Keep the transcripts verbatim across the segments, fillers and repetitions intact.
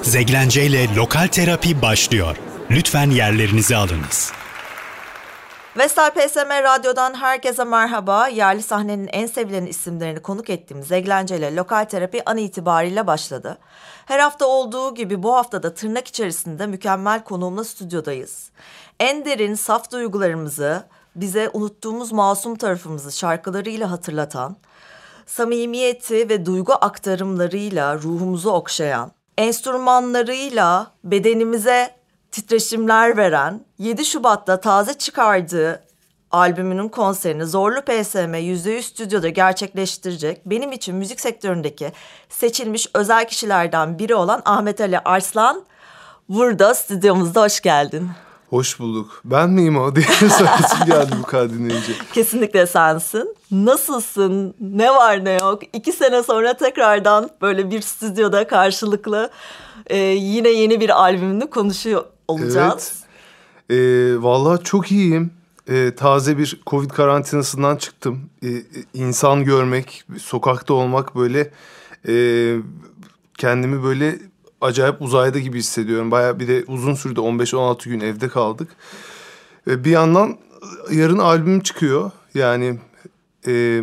Zeglence ile Lokal Terapi başlıyor. Lütfen yerlerinizi alınız. Vestel P S M Radyo'dan herkese merhaba. Yerli sahnenin en sevilen isimlerini konuk ettiğimiz Zeglence ile Lokal Terapi an itibariyle başladı. Her hafta olduğu gibi bu hafta da tırnak içerisinde mükemmel konuğumla stüdyodayız. En derin, saf duygularımızı, bize unuttuğumuz masum tarafımızı şarkılarıyla hatırlatan, samimiyeti ve duygu aktarımlarıyla ruhumuzu okşayan, enstrümanlarıyla bedenimize titreşimler veren, yedi Şubat'ta taze çıkardığı albümünün konserini Zorlu P S M yüzde yüz stüdyoda gerçekleştirecek benim için müzik sektöründeki seçilmiş özel kişilerden biri olan Ahmet Ali Arslan burada stüdyomuzda. Hoş geldin. Hoş bulduk. Ben miyim o diye sorusu geldi bu kadar dinleyince. Kesinlikle sensin. Nasılsın? Ne var ne yok? İki sene sonra tekrardan böyle bir stüdyoda karşılıklı e, yine yeni bir albümünü konuşuyor olacağız. Evet. E, vallahi çok iyiyim. E, taze bir Covid karantinasından çıktım. E, insan görmek, sokakta olmak böyle e, kendimi böyle acayip uzayda gibi hissediyorum. Bayağı bir de uzun sürdü, on beş on altı gün evde kaldık. E, bir yandan yarın albüm çıkıyor. Yani e,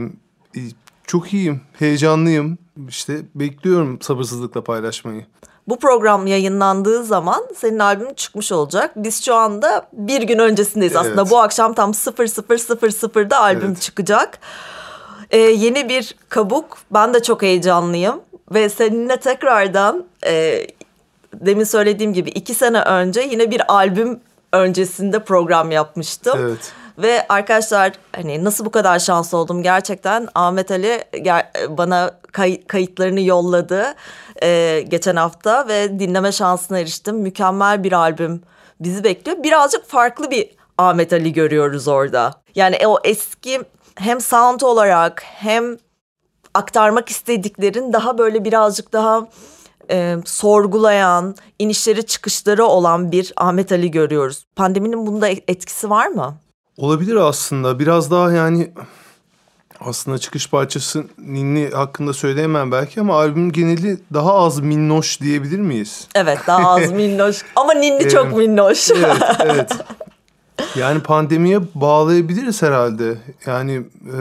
çok iyiyim, heyecanlıyım. İşte bekliyorum sabırsızlıkla paylaşmayı. Bu program yayınlandığı zaman senin albümün çıkmış olacak. Biz şu anda bir gün öncesindeyiz. Evet. Aslında bu akşam tam sıfır sıfır sıfır sıfırda albüm evet. çıkacak. Ee, yeni bir kabuk. Ben de çok heyecanlıyım. Ve seninle tekrardan e, demin söylediğim gibi iki sene önce yine bir albüm öncesinde program yapmıştım. Evet. Ve arkadaşlar hani nasıl bu kadar şanslı oldum gerçekten. Ahmet Ali ger- bana kay- kayıtlarını yolladı e, geçen hafta ve dinleme şansına eriştim. Mükemmel bir albüm bizi bekliyor. Birazcık farklı bir Ahmet Ali görüyoruz orada. Yani o eski hem sound olarak hem aktarmak istediklerin daha böyle birazcık daha e, sorgulayan, inişleri çıkışları olan bir Ahmet Ali görüyoruz. Pandeminin bunda etkisi var mı? Olabilir aslında. Biraz daha yani aslında çıkış parçası Ninni hakkında söyleyemem belki ama albüm geneli daha az minnoş diyebilir miyiz? Evet, daha az minnoş ama Ninni çok minnoş. Evet, evet. Yani pandemiye bağlayabiliriz herhalde. Yani e,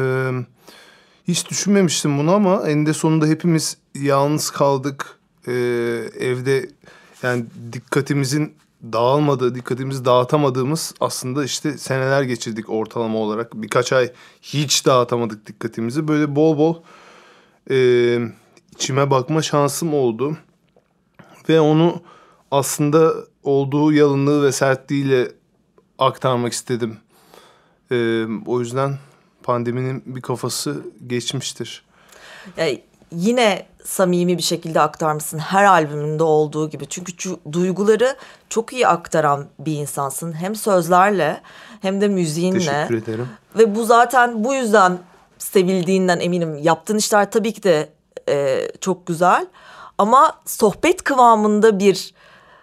hiç düşünmemiştim bunu ama eninde sonunda hepimiz yalnız kaldık. E, evde yani dikkatimizin dağılmadığı, dikkatimizi dağıtamadığımız aslında işte seneler geçirdik ortalama olarak. Birkaç ay hiç dağıtamadık dikkatimizi. Böyle bol bol e, içime bakma şansım oldu. Ve onu aslında olduğu yalınlığı ve sertliğiyle aktarmak istedim. E, o yüzden pandeminin bir kafası geçmiştir. Yani yine samimi bir şekilde aktarmışsın her albümünde olduğu gibi. Çünkü şu duyguları çok iyi aktaran bir insansın. Hem sözlerle hem de müziğinle. Teşekkür ederim. Ve bu zaten bu yüzden sevildiğinden eminim. Yaptığın işler tabii ki de e, çok güzel. Ama sohbet kıvamında bir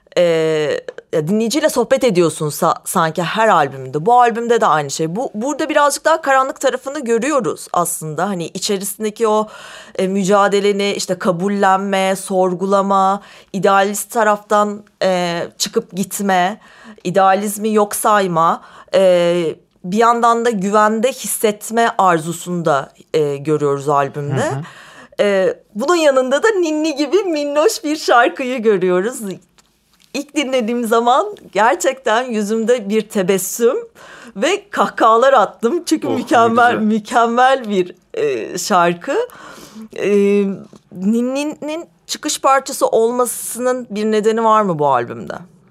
e, dinleyiciyle sohbet ediyorsun sa- sanki her albümde. Bu albümde de aynı şey. Bu burada birazcık daha karanlık tarafını görüyoruz aslında. Hani içerisindeki o e, mücadeleni, işte kabullenme, sorgulama, idealist taraftan e, çıkıp gitme, idealizmi yok sayma, e, bir yandan da güvende hissetme arzusunu da e, görüyoruz albümde. Hı hı. E, bunun yanında da Ninni gibi minnoş bir şarkıyı görüyoruz. İlk dinlediğim zaman gerçekten yüzümde bir tebessüm ve kahkahalar attım. Çünkü oh, mükemmel mükemmel bir e, şarkı. E, Ninni'nin çıkış parçası olmasının bir nedeni var mı bu albümde?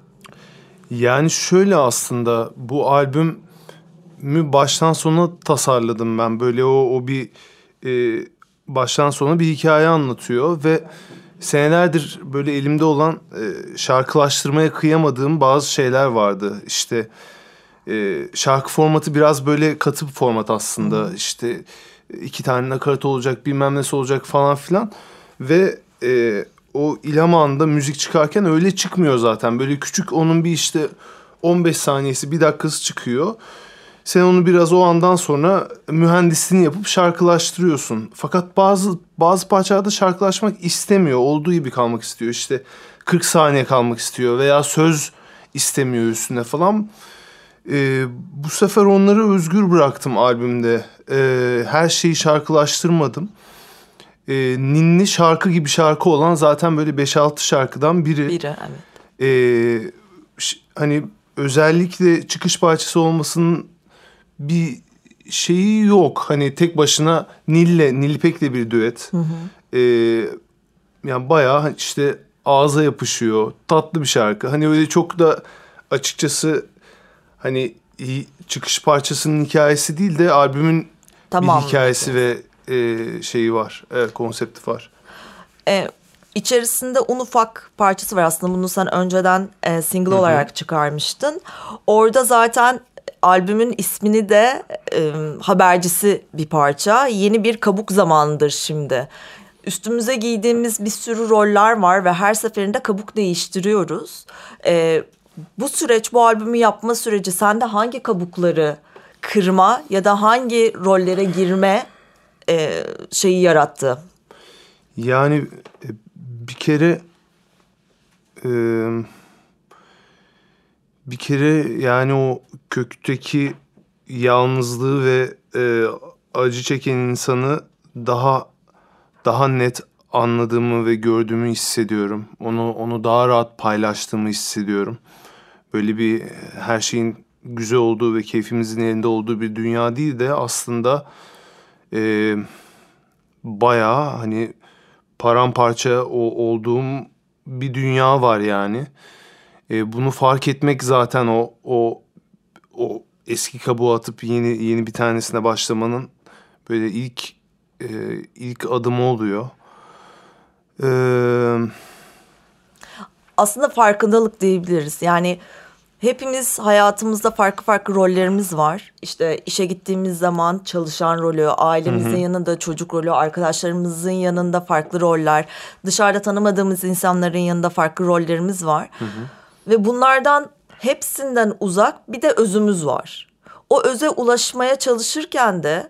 Yani şöyle aslında bu albümü baştan sona tasarladım ben. Böyle o, o bir e, baştan sona bir hikaye anlatıyor ve senelerdir böyle elimde olan e, şarkılaştırmaya kıyamadığım bazı şeyler vardı. İşte e, şarkı formatı biraz böyle katı bir format aslında. Hmm. İşte iki tane nakarat olacak, bilmem nesi olacak falan filan. Ve e, o ilham anında müzik çıkarken öyle çıkmıyor zaten. Böyle küçük onun bir işte on beş saniyesi, bir dakikası çıkıyor. Sen onu biraz o andan sonra mühendisliğini yapıp şarkılaştırıyorsun. Fakat bazı bazı parçalarda şarkılaşmak istemiyor. Olduğu gibi kalmak istiyor. İşte kırk saniye kalmak istiyor veya söz istemiyor üstüne falan. Ee, bu sefer onları özgür bıraktım albümde. Ee, her şeyi şarkılaştırmadım. Ee, ninni şarkı gibi şarkı olan zaten böyle beş altı şarkıdan biri. Biri, evet. Ee, ş- hani özellikle çıkış parçası olmasının bir şeyi yok. Hani tek başına Nil'le, Nil İpek'le bir düet. Hı hı. Ee, yani bayağı işte ağza yapışıyor. Tatlı bir şarkı. Hani öyle çok da açıkçası hani çıkış parçasının hikayesi değil de albümün tamam, bir hikayesi evet. ve e, şeyi var. Evet, konsepti var. Evet. İçerisinde Un Ufak parçası var aslında. Bunu sen önceden e, single Hı-hı. olarak çıkarmıştın. Orada zaten albümün ismini de e, habercisi bir parça. Yeni bir kabuk zamanıdır şimdi. Üstümüze giydiğimiz bir sürü roller var ve her seferinde kabuk değiştiriyoruz. E, bu süreç, bu albümü yapma süreci sende hangi kabukları kırma ya da hangi rollere girme e, şeyi yarattı? Yani bir kere e, bir kere yani o kökteki yalnızlığı ve e, acı çeken insanı daha daha net anladığımı ve gördüğümü hissediyorum. Onu onu daha rahat paylaştığımı hissediyorum. Böyle bir her şeyin güzel olduğu ve keyfimizin yerinde olduğu bir dünya değil de aslında e, bayağı hani paramparça o, olduğum bir dünya var yani. E, bunu fark etmek zaten o o o eski kabuğu atıp yeni yeni bir tanesine başlamanın böyle ilk e, ilk adımı oluyor. Eee Aslında farkındalık diyebiliriz. Yani hepimiz hayatımızda farklı farklı rollerimiz var. İşte işe gittiğimiz zaman çalışan rolü, ailemizin hı hı. yanında çocuk rolü, arkadaşlarımızın yanında farklı roller, dışarıda tanımadığımız insanların yanında farklı rollerimiz var. Hı hı. Ve bunlardan hepsinden uzak bir de özümüz var. O öze ulaşmaya çalışırken de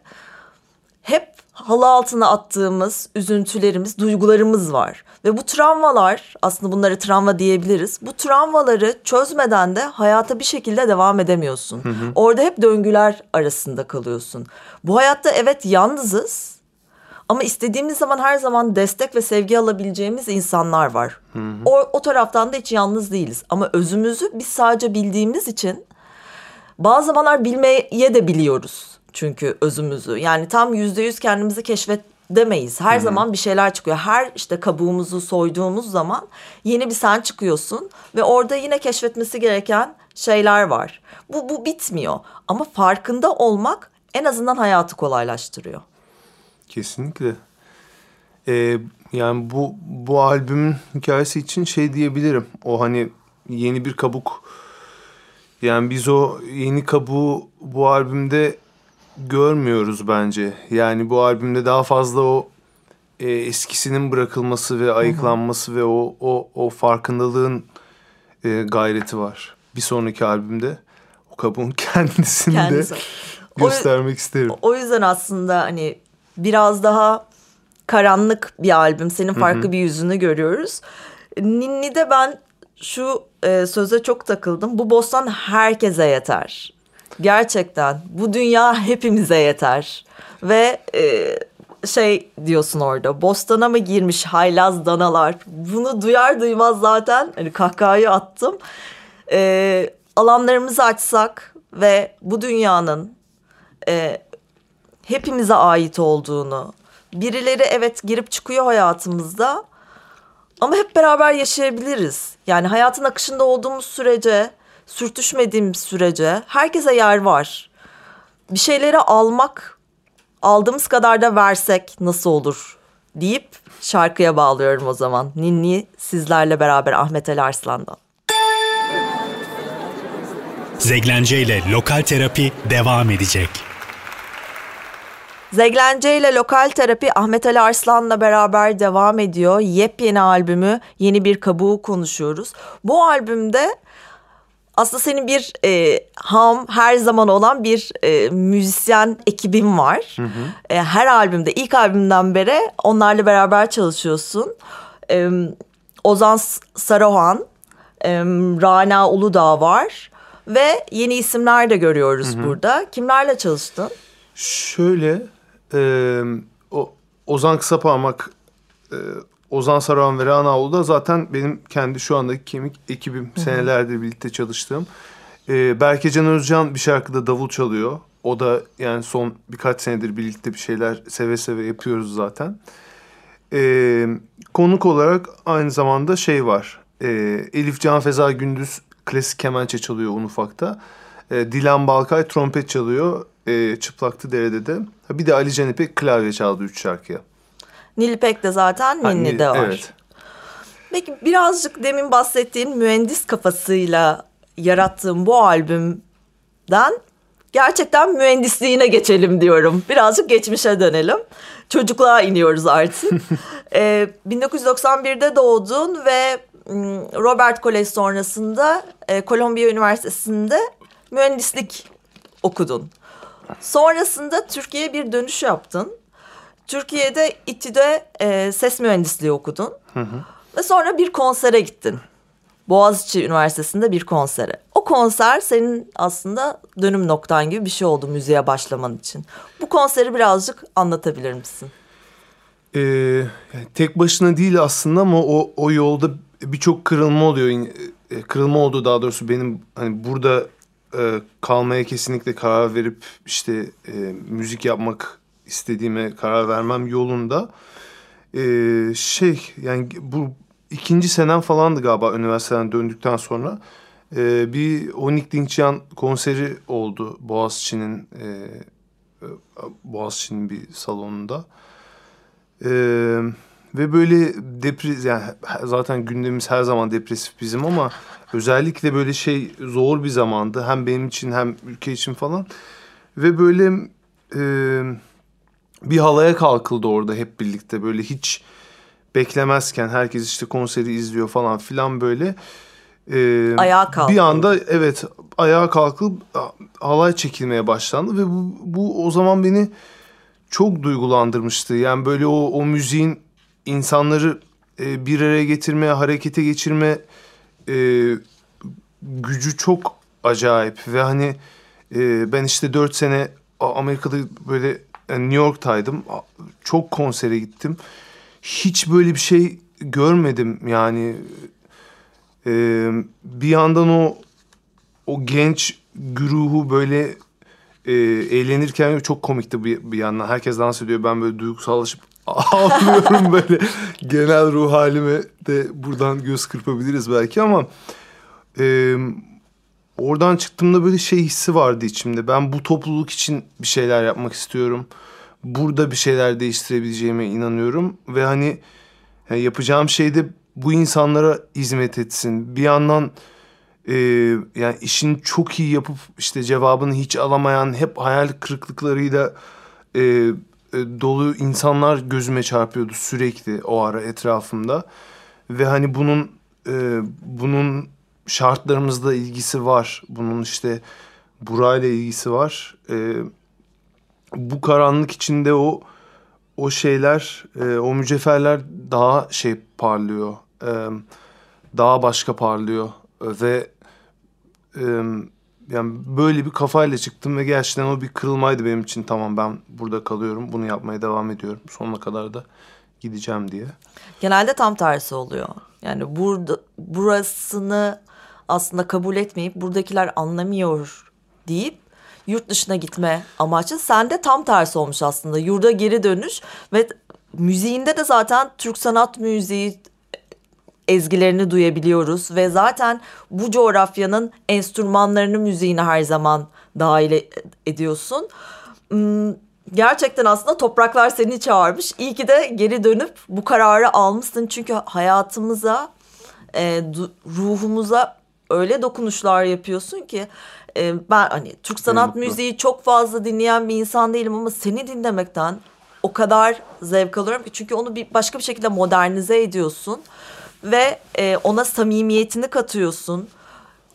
hep halı altına attığımız üzüntülerimiz, duygularımız var. Ve bu travmalar, aslında bunları travma diyebiliriz. Bu travmaları çözmeden de hayata bir şekilde devam edemiyorsun. Hı hı. Orada hep döngüler arasında kalıyorsun. Bu hayatta evet yalnızız ama istediğimiz zaman her zaman destek ve sevgi alabileceğimiz insanlar var. Hı hı. O, o taraftan da hiç yalnız değiliz. Ama özümüzü biz sadece bildiğimiz için bazı zamanlar bilmeye de biliyoruz. Çünkü özümüzü, yani tam yüzde yüz kendimizi keşfedemeyiz. Her Hı-hı. zaman bir şeyler çıkıyor. Her işte kabuğumuzu soyduğumuz zaman yeni bir sen çıkıyorsun ve orada yine keşfetmesi gereken şeyler var. Bu, bu bitmiyor ama farkında olmak en azından hayatı kolaylaştırıyor. Kesinlikle. Ee, yani bu bu albümün hikayesi için şey diyebilirim. O hani yeni bir kabuk. Yani biz o yeni kabuğu bu albümde görmüyoruz bence. Yani bu albümde daha fazla o e, eskisinin bırakılması ve ayıklanması Hı-hı. ve o o o farkındalığın e, gayreti var. Bir sonraki albümde o kabuğun kendisini Kendisi. de göstermek o, isterim. O yüzden aslında hani biraz daha karanlık bir albüm. Senin farklı Hı-hı. bir yüzünü görüyoruz. Ninni'de ben şu e, söze çok takıldım. Bu bostan herkese yeter. Gerçekten bu dünya hepimize yeter. Ve e, şey diyorsun orada, bostana mı girmiş haylaz danalar? Bunu duyar duymaz zaten hani kahkahayı attım. E, alanlarımızı açsak ve bu dünyanın e, hepimize ait olduğunu, birileri evet girip çıkıyor hayatımızda ama hep beraber yaşayabiliriz. Yani hayatın akışında olduğumuz sürece, sürtüşmediğimiz sürece herkese yer var. Bir şeyleri almak, aldığımız kadar da versek nasıl olur deyip şarkıya bağlıyorum o zaman. Ninni sizlerle beraber Ahmet Ali Arslan'dan. Zeglence ile Lokal Terapi devam edecek. Zeglence ile Lokal Terapi Ahmet Ali Arslan'la beraber devam ediyor. Yepyeni albümü, Yeni Bir Kabuğu konuşuyoruz. Bu albümde aslında senin bir e, ham her zaman olan bir e, müzisyen ekibin var. Hı hı. E, her albümde, ilk albümden beri onlarla beraber çalışıyorsun. E, Ozan Saruhan, e, Rana Uludağ var ve yeni isimler de görüyoruz hı hı. burada. Kimlerle çalıştın? Şöyle, e, o Ozan Kısaparmak, e, Ozan Saruhan ve Rana Uludağ zaten benim kendi şu andaki kemik ekibim. Hı hı. Senelerdir birlikte çalıştığım. E, Berkecan Özcan bir şarkıda davul çalıyor. O da yani son birkaç senedir birlikte bir şeyler seve seve yapıyoruz zaten. E, konuk olarak aynı zamanda şey var. E, Elif Can Feza Gündüz klasik kemençe çalıyor un ufakta. E, Dilan Balkay trompet çalıyor. E, Çıplaktı Dere'de de. Bir de Ali Can İpek klavye çaldı üç şarkıya. Nilipek de zaten, Ninni de var. Evet. Peki birazcık demin bahsettiğin mühendis kafasıyla yarattığım bu albümden gerçekten mühendisliğine geçelim diyorum. Birazcık geçmişe dönelim. Çocukluğa iniyoruz artık. ee, bin dokuz yüz doksan birde doğdun ve Robert Kolej sonrasında e, Columbia Üniversitesi'nde mühendislik okudun. Sonrasında Türkiye'ye bir dönüş yaptın. Türkiye'de İTÜ'de e, ses mühendisliği okudun. Hı hı. Ve sonra bir konsere gittin. Boğaziçi Üniversitesi'nde bir konsere. O konser senin aslında dönüm noktan gibi bir şey oldu müziğe başlaman için. Bu konseri birazcık anlatabilir misin? Ee, yani tek başına değil aslında ama o o yolda birçok kırılma oluyor. E, kırılma oldu daha doğrusu benim hani burada e, kalmaya kesinlikle karar verip işte e, müzik yapmak istediğime karar vermem yolunda. Ee, şey yani bu ikinci senem falandı galiba üniversiteden döndükten sonra. Ee, bir Onik Dinkçiyan konseri oldu Boğaziçi'nin e, Boğaziçi'nin bir salonunda. Ee, ve böyle depres yani zaten gündemimiz her zaman depresif bizim ama özellikle böyle şey zor bir zamandı. Hem benim için hem ülke için falan. Ve böyle e, bir halaya kalkıldı orada hep birlikte. Böyle hiç beklemezken herkes işte konseri izliyor falan filan böyle. Ee, ayağa kalktı. Bir anda evet ayağa kalkıp halay çekilmeye başlandı ve bu, bu o zaman beni çok duygulandırmıştı. Yani böyle o, o müziğin insanları e, bir araya getirme, harekete geçirme e, gücü çok acayip. Ve hani e, ben işte dört sene Amerika'da böyle yani New York'taydım. Çok konsere gittim. Hiç böyle bir şey görmedim yani. Ee, bir yandan o o genç güruhu böyle e, eğlenirken çok komikti bir, bir yandan. Herkes dans ediyor. Ben böyle duygusallaşıp ağlıyorum böyle. Genel ruh halime de buradan göz kırpabiliriz belki ama e, oradan çıktığımda böyle şey hissi vardı içimde. Ben bu topluluk için bir şeyler yapmak istiyorum. Burada bir şeyler değiştirebileceğime inanıyorum ve hani yani yapacağım şey de bu insanlara hizmet etsin. Bir yandan e, yani işini çok iyi yapıp işte cevabını hiç alamayan, hep hayal kırıklıklarıyla e, e, dolu insanlar gözüme çarpıyordu sürekli o ara etrafımda. Ve hani bunun e, bunun şartlarımızla ilgisi var. Bunun işte burayla ilgisi var. E, bu karanlık içinde o o şeyler, e, o mücevherler daha şey parlıyor. E, daha başka parlıyor. E, ve e, yani böyle bir kafayla çıktım ve gerçekten o bir kırılmaydı benim için. Tamam ben burada kalıyorum, bunu yapmaya devam ediyorum. Sonuna kadar da gideceğim diye. Genelde tam tersi oluyor. Yani burada burasını aslında kabul etmeyip buradakiler anlamıyor deyip yurt dışına gitme amaçlı. Sende tam tersi olmuş aslında. Yurda geri dönüş ve müziğinde de zaten Türk sanat müziği ezgilerini duyabiliyoruz. Ve zaten bu coğrafyanın enstrümanlarını müziğine her zaman dahil ediyorsun. Gerçekten aslında topraklar seni çağırmış. İyi ki de geri dönüp bu kararı almışsın. Çünkü hayatımıza, ruhumuza öyle dokunuşlar yapıyorsun ki... Ben hani Türk sanat müziği çok fazla dinleyen bir insan değilim ama seni dinlemekten o kadar zevk alıyorum ki. Çünkü onu bir başka bir şekilde modernize ediyorsun ve ona samimiyetini katıyorsun.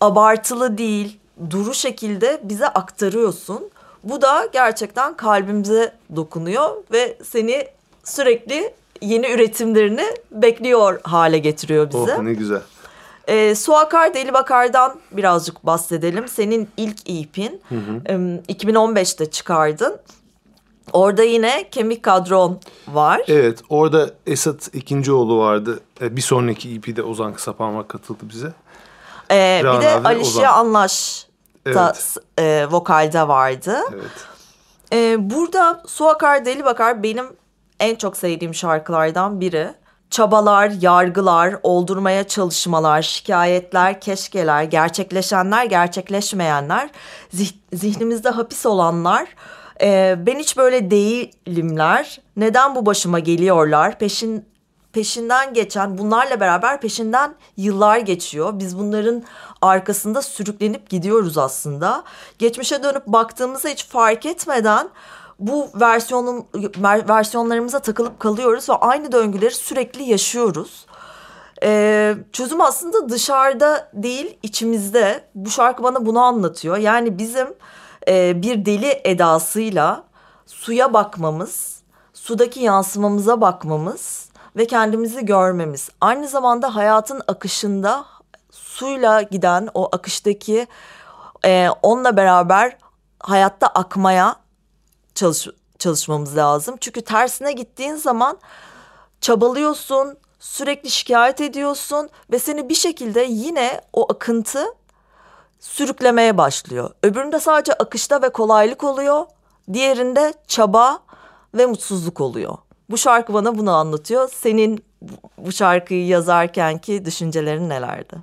abartılı değil, duru şekilde bize aktarıyorsun. Bu da gerçekten kalbimize dokunuyor ve seni sürekli yeni üretimlerini bekliyor hale getiriyor bize. Oh, ne güzel. E, Su Akar Deli Bakar'dan birazcık bahsedelim. Senin ilk E P'in hı hı. E, iki bin on beşte çıkardın. Orada yine Kemik Kadron var. Evet, orada Esat İkincioğlu vardı. E, bir sonraki E P'de Ozan Kısaparmak katıldı bize. E, bir de Alişe Anlaş da evet. e, vokalde vardı. Evet. E, burada Su Akar Deli Bakar benim en çok sevdiğim şarkılardan biri. Çabalar, yargılar, oldurmaya çalışmalar, şikayetler, keşkeler, gerçekleşenler, gerçekleşmeyenler, zih- zihnimizde hapis olanlar, e, ben hiç böyle değilimler, neden bu başıma geliyorlar, peşin peşinden geçen, bunlarla beraber peşinden yıllar geçiyor. Biz bunların arkasında sürüklenip gidiyoruz aslında. Geçmişe dönüp baktığımızda hiç fark etmeden bu versiyonun versiyonlarımıza takılıp kalıyoruz ve aynı döngüleri sürekli yaşıyoruz. Ee, çözüm aslında dışarıda değil, içimizde. Bu şarkı bana bunu anlatıyor. Yani bizim e, bir deli edasıyla suya bakmamız, sudaki yansımamıza bakmamız ve kendimizi görmemiz. Aynı zamanda hayatın akışında suyla giden o akıştaki e, onunla beraber hayatta akmaya Çalış, çalışmamız lazım. Çünkü tersine gittiğin zaman çabalıyorsun, sürekli şikayet ediyorsun ve seni bir şekilde yine o akıntı sürüklemeye başlıyor. Öbüründe sadece akışta ve kolaylık oluyor. Diğerinde çaba ve mutsuzluk oluyor. Bu şarkı bana bunu anlatıyor. Senin bu şarkıyı yazarkenki düşüncelerin nelerdi?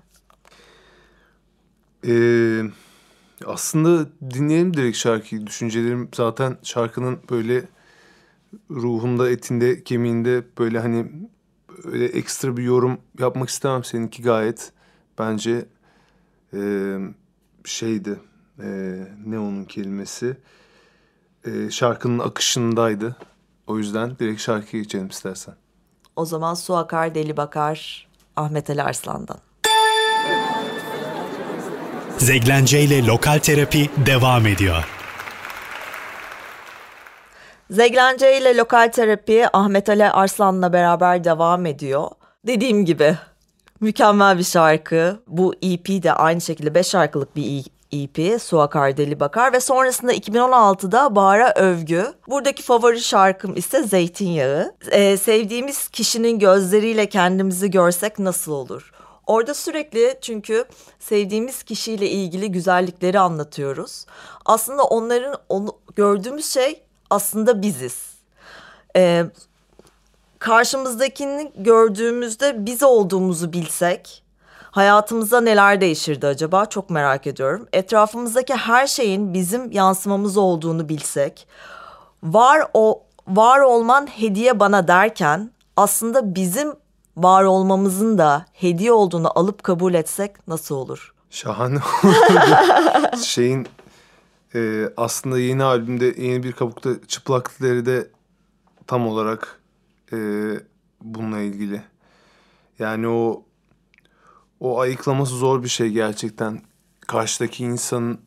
Eee... Aslında dinleyelim direkt şarkıyı. Düşüncelerim zaten şarkının böyle ruhunda, etinde, kemiğinde böyle hani öyle ekstra bir yorum yapmak istemem. Seninki gayet bence e, şeydi. E, ne onun kelimesi? E, şarkının akışındaydı. O yüzden direkt şarkıya geçelim istersen. O zaman Su Akar Deli Bakar Ahmet Ali Arslan'dan. Zeglence ile Lokal Terapi devam ediyor. Zeglence ile Lokal Terapi Ahmet Ali Arslan'la beraber devam ediyor. Dediğim gibi mükemmel bir şarkı. Bu E P de aynı şekilde beş şarkılık bir E P. Su Akar Deli Bakar ve sonrasında iki bin on altıda Bahar'a Övgü. Buradaki favori şarkım ise Zeytinyağı. Ee, sevdiğimiz kişinin gözleriyle kendimizi görsek nasıl olur? Orada sürekli çünkü sevdiğimiz kişiyle ilgili güzellikleri anlatıyoruz. Aslında onların onu, gördüğümüz şey aslında biziz. Ee, karşımızdakini gördüğümüzde biz olduğumuzu bilsek hayatımızda neler değişirdi acaba? Çok merak ediyorum. Etrafımızdaki her şeyin bizim yansımamız olduğunu bilsek, var o var olman hediye bana derken aslında bizim var olmamızın da hediye olduğunu alıp kabul etsek nasıl olur? Şahane olurdu. Şeyin e, aslında yeni albümde Yeni Bir Kabukta Çıplaklıkları da tam olarak e, bununla ilgili. Yani o o ayıklaması zor bir şey gerçekten. Karşıdaki insanı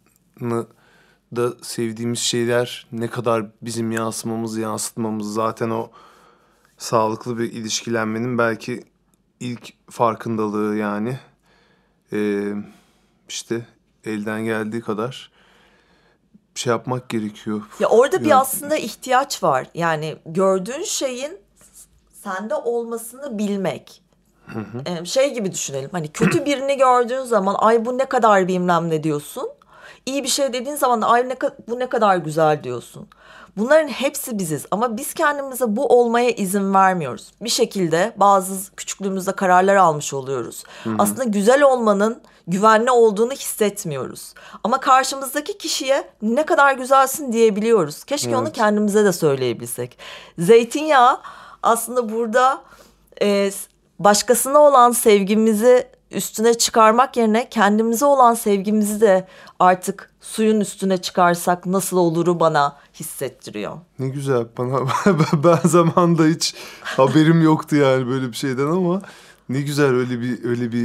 da sevdiğimiz şeyler ne kadar bizim yansımamızı yansıtmamız zaten o sağlıklı bir ilişkilenmenin belki ilk farkındalığı yani. Ee, işte elden geldiği kadar şey yapmak gerekiyor. Ya orada yani, bir aslında ihtiyaç var. Yani gördüğün şeyin sende olmasını bilmek. Hı hı. Ee, şey gibi düşünelim. Hani kötü birini gördüğün zaman ay bu ne kadar bilmem ne diyorsun. İyi bir şey dediğin zaman da ay ne, bu ne kadar güzel diyorsun. Bunların hepsi biziz ama biz kendimize bu olmaya izin vermiyoruz. Bir şekilde bazı küçüklüğümüzde kararlar almış oluyoruz. Hı hı. Aslında güzel olmanın güvenli olduğunu hissetmiyoruz. Ama karşımızdaki kişiye ne kadar güzelsin diyebiliyoruz. Keşke evet. Onu kendimize de söyleyebilsek. Zeytinyağı aslında burada e, başkasına olan sevgimizi üstüne çıkarmak yerine kendimize olan sevgimizi de artık suyun üstüne çıkarsak nasıl oluru bana hissettiriyor. Ne güzel. Bana ben zamanında hiç haberim yoktu yani böyle bir şeyden ama ne güzel öyle bir öyle bir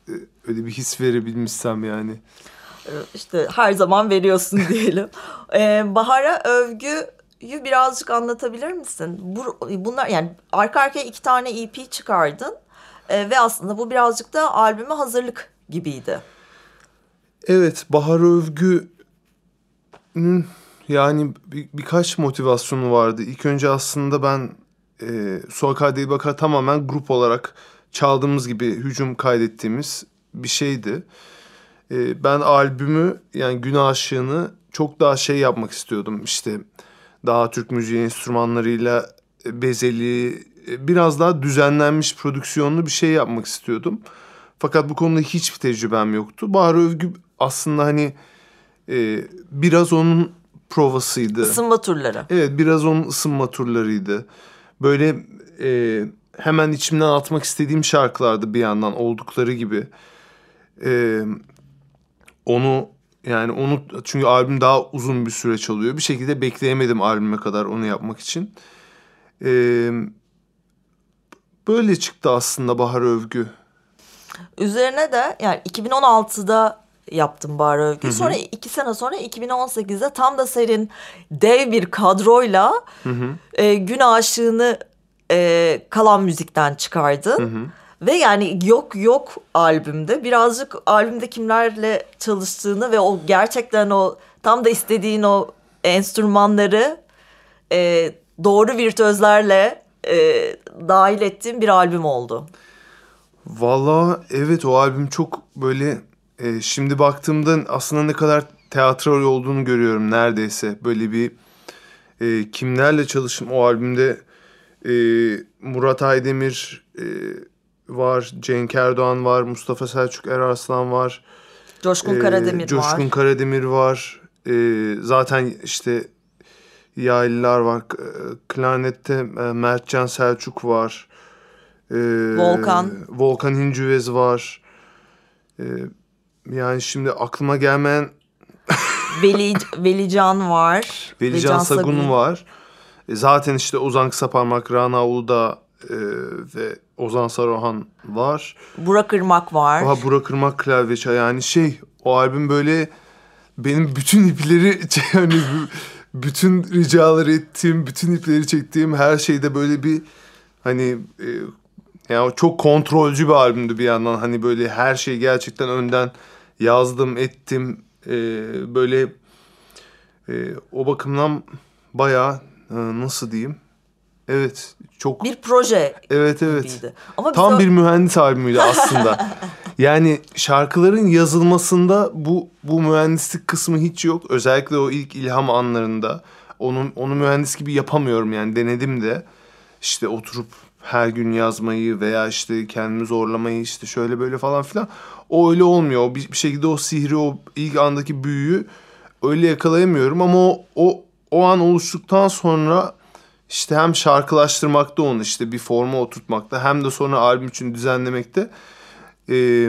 e, öyle bir his verebilmişsem yani. İşte her zaman veriyorsun diyelim. Ee, Bahar'a övgüyü birazcık anlatabilir misin? Bu, bunlar yani arka arkaya iki tane E P çıkardın ee, ve aslında bu birazcık da albüme hazırlık gibiydi. Evet, Bahar Övgü'nün yani bir, birkaç motivasyonu vardı. İlk önce aslında ben e, Su Akar Değil Bakar tamamen grup olarak çaldığımız gibi hücum kaydettiğimiz bir şeydi. E, ben albümü yani Gün Aşığı'nı çok daha şey yapmak istiyordum. İşte daha Türk müziği enstrümanlarıyla bezeli, biraz daha düzenlenmiş prodüksiyonlu bir şey yapmak istiyordum. Fakat bu konuda hiçbir tecrübem yoktu. Bahar Övgü aslında hani e, biraz onun provasıydı. Isınma turları. Evet, biraz onun ısınma turlarıydı. Böyle e, hemen içimden atmak istediğim şarkılardı bir yandan oldukları gibi. E, onu yani onu çünkü albüm daha uzun bir süre çalıyor. Bir şekilde bekleyemedim albüme kadar onu yapmak için. E, böyle çıktı aslında Bahar Övgü. Üzerine de yani iki bin on altıda yaptım Bahar Övgü. Sonra iki sene sonra iki bin on sekizde tam da senin dev bir kadroyla hı hı. E, Gün Aşığı'nı e, Kalan Müzik'ten çıkardın. Hı hı. Ve yani yok yok albümde birazcık albümde kimlerle çalıştığını ve o gerçekten o tam da istediğin o enstrümanları e, doğru virtüözlerle e, dahil ettiğin bir albüm oldu. Vallahi evet, o albüm çok böyle e, şimdi baktığımda aslında ne kadar teatral olduğunu görüyorum neredeyse. Böyle bir e, kimlerle çalıştım o albümde, e, Murat Aydemir e, var, Cenk Erdoğan var, Mustafa Selçuk Erarslan var. Coşkun Karademir e, Coşkun var. Coşkun Karademir var. E, zaten işte yaylılar var. Klarnette e, Mertcan Selçuk var. Ee, Volkan. Volkan Hincüvez var. Ee, yani şimdi aklıma gelmeyen... Veli, Velican var. Velican, Velican Sagun, Sagun var. E, zaten işte Ozan Kısaparmak, Rana Uludağ e, ve Ozan Saruhan var. Burak Irmak var. Aha, Burak Irmak klavye. Yani şey, o albüm böyle benim bütün ipleri yani bütün ricaları ettiğim, bütün ipleri çektiğim her şeyde böyle bir hani... E, yani çok kontrolcü bir albümdü bir yandan. Hani böyle her şeyi gerçekten önden yazdım, ettim. Ee, böyle e, o bakımdan bayağı e, nasıl diyeyim? Evet, çok... Bir proje Evet, evet. gibiydi. Ama tam o... bir mühendis albümüydü aslında. Yani şarkıların yazılmasında bu bu mühendislik kısmı hiç yok. Özellikle o ilk ilham anlarında. Onu, onu mühendis gibi yapamıyorum yani, denedim de. İşte oturup her gün yazmayı veya işte kendimi zorlamayı, işte şöyle böyle falan filan. O öyle olmuyor. Bir, bir şekilde o sihri, o ilk andaki büyüyü öyle yakalayamıyorum. Ama o, o, o an oluştuktan sonra işte hem şarkılaştırmakta onu, işte bir forma oturtmakta, hem de sonra albüm için düzenlemekte ee,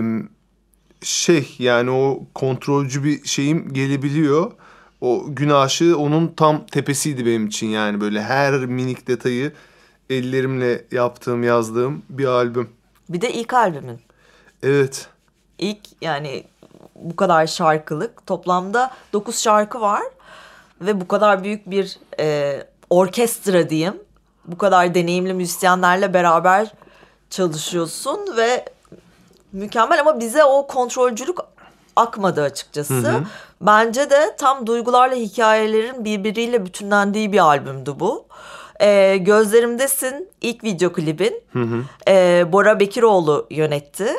şey yani o kontrolcü bir şeyim gelebiliyor. O Gün Aşığı onun tam tepesiydi benim için yani, böyle her minik detayı ellerimle yaptığım, yazdığım bir albüm. Bir de ilk albümün. Evet. İlk yani bu kadar şarkılık. Toplamda dokuz şarkı var. Ve bu kadar büyük bir e, orkestra diyeyim. Bu kadar deneyimli müzisyenlerle beraber çalışıyorsun ve mükemmel, ama bize o kontrolcülük akmadı açıkçası. Hı hı. Bence de tam duygularla hikayelerin birbiriyle bütünlendiği bir albümdü bu. Ee, Gözlerimdesin ilk video klibin. Hı hı. Ee, Bora Bekiroğlu yönetti.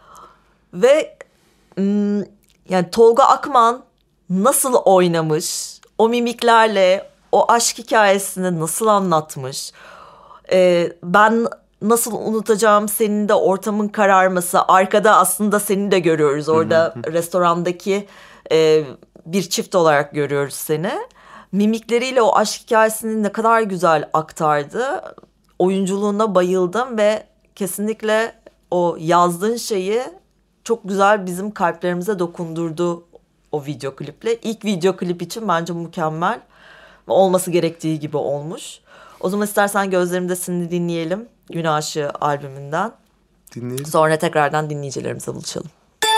Ve m, yani Tolga Akman nasıl oynamış, o mimiklerle o aşk hikayesini nasıl anlatmış. Ee, ben nasıl unutacağım senin de ortamın kararması. Arkada aslında seni de görüyoruz. Orada hı hı. restorandaki e, bir çift olarak görüyoruz seni. Mimikleriyle o aşk hikayesini ne kadar güzel aktardı. Oyunculuğuna bayıldım ve kesinlikle o yazdığın şeyi çok güzel bizim kalplerimize dokundurdu o video kliple. İlk video klip için bence mükemmel. Olması gerektiği gibi olmuş. O zaman istersen Gözlerimdesin'i dinleyelim. Gün Aşığı albümünden. Dinleyelim. Sonra tekrardan dinleyicilerimize buluşalım.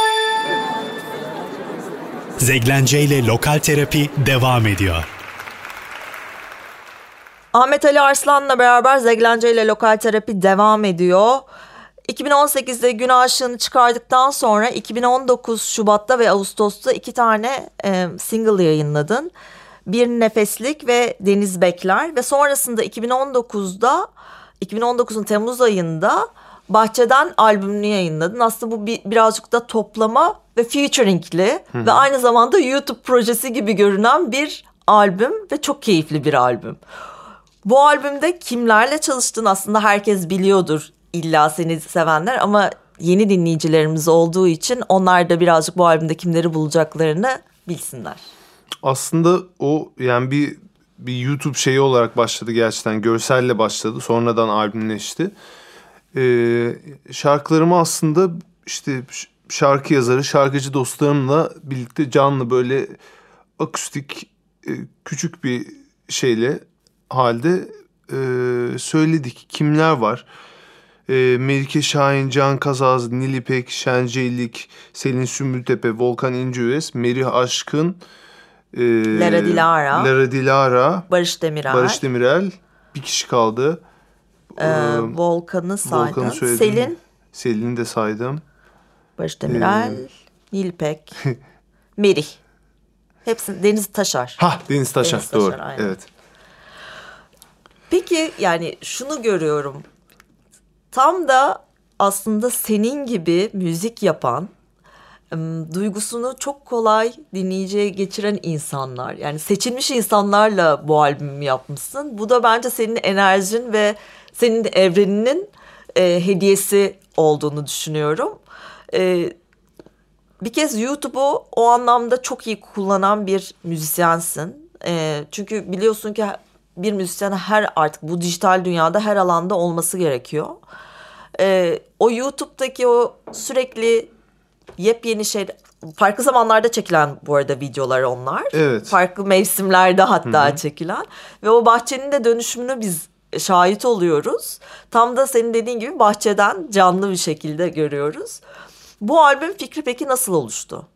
Zeglence ile Lokal Terapi devam ediyor. Ahmet Ali Arslan'la beraber Zeglence ile Lokal Terapi devam ediyor. iki bin on sekizde Gün Aşığı'nı çıkardıktan sonra iki bin on dokuz Şubat'ta ve Ağustos'ta iki tane e, single yayınladın. Bir Nefeslik ve Deniz Bekler ve sonrasında iki bin on dokuzda iki bin on dokuzun Temmuz ayında Bahçeden albümünü yayınladın. Aslında bu bir, birazcık da toplama ve featuringli Hı-hı. ve aynı zamanda YouTube projesi gibi görünen bir albüm ve çok keyifli bir albüm. Bu albümde kimlerle çalıştın aslında herkes biliyordur illa seni sevenler ama yeni dinleyicilerimiz olduğu için onlar da birazcık bu albümde kimleri bulacaklarını bilsinler. Aslında o yani bir bir YouTube şeyi olarak başladı gerçekten görselle başladı sonradan albümleşti. Ee, şarkılarımı aslında işte şarkı yazarı şarkıcı dostlarımla birlikte canlı böyle akustik e, küçük bir şeyle halde e, söyledik. Kimler var? E, Melike Şahin, Can Kazaz, Nilipek, Şenceylik, Selin Sümbültepe, Volkan İnceüres, Merih Aşkın, e, Lara Dilara, Lara Dilara, Barış Demirel, Barış Demirel, bir kişi kaldı. Ee, Volkan'ı saydın. Volkan'ı söyledim. Selin. Selin'i de saydım. Barış Demirel, ee... Nilpek, Merih. Hepsi Deniz Taşar. Ha Deniz Taşar, Deniz doğru. Taşar, evet. Peki yani şunu görüyorum. Tam da aslında senin gibi müzik yapan, duygusunu çok kolay dinleyiciye geçiren insanlar. Yani seçilmiş insanlarla bu albümü yapmışsın. Bu da bence senin enerjin ve senin evreninin e, hediyesi olduğunu düşünüyorum. E, bir kez YouTube'u o anlamda çok iyi kullanan bir müzisyensin. E, çünkü biliyorsun ki bir müzisyen her artık bu dijital dünyada her alanda olması gerekiyor. E, o YouTube'daki o sürekli yepyeni şey, farklı zamanlarda çekilen bu arada videolar onlar. Evet. Farklı mevsimlerde hatta Hı-hı. çekilen ve o bahçenin de dönüşümünü biz şahit oluyoruz. Tam da senin dediğin gibi bahçeden canlı bir şekilde görüyoruz. Bu albüm fikri peki nasıl oluştu?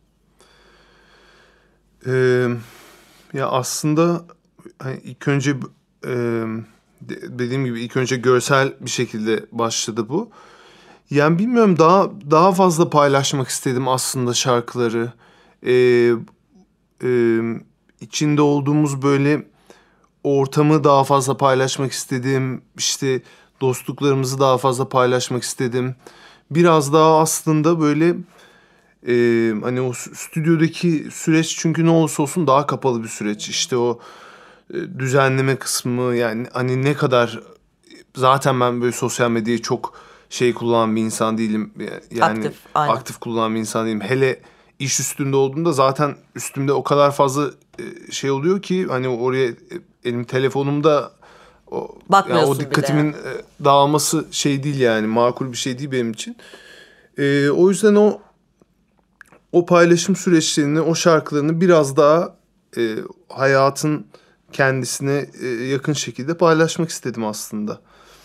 Ee, ya aslında hani ilk önce e, dediğim gibi ilk önce görsel bir şekilde başladı bu. Yani bilmiyorum daha daha fazla paylaşmak istedim aslında şarkıları. Ee, e, içinde olduğumuz böyle ortamı daha fazla paylaşmak istedim. İşte dostluklarımızı daha fazla paylaşmak istedim. Biraz daha aslında böyle e, hani o stüdyodaki süreç çünkü ne olursa olsun daha kapalı bir süreç. İşte o e, düzenleme kısmı yani hani ne kadar zaten ben böyle sosyal medyayı çok şey kullanan bir insan değilim. Yani aktif, aktif kullanan bir insan değilim. Hele iş üstünde olduğumda zaten üstümde o kadar fazla şey oluyor ki hani oraya elim telefonumda o, yani o dikkatimin bile. dağılması şey değil yani makul bir şey değil benim için. Ee, o yüzden o o paylaşım süreçlerini, o şarkılarını biraz daha e, hayatın kendisine e, yakın şekilde paylaşmak istedim aslında.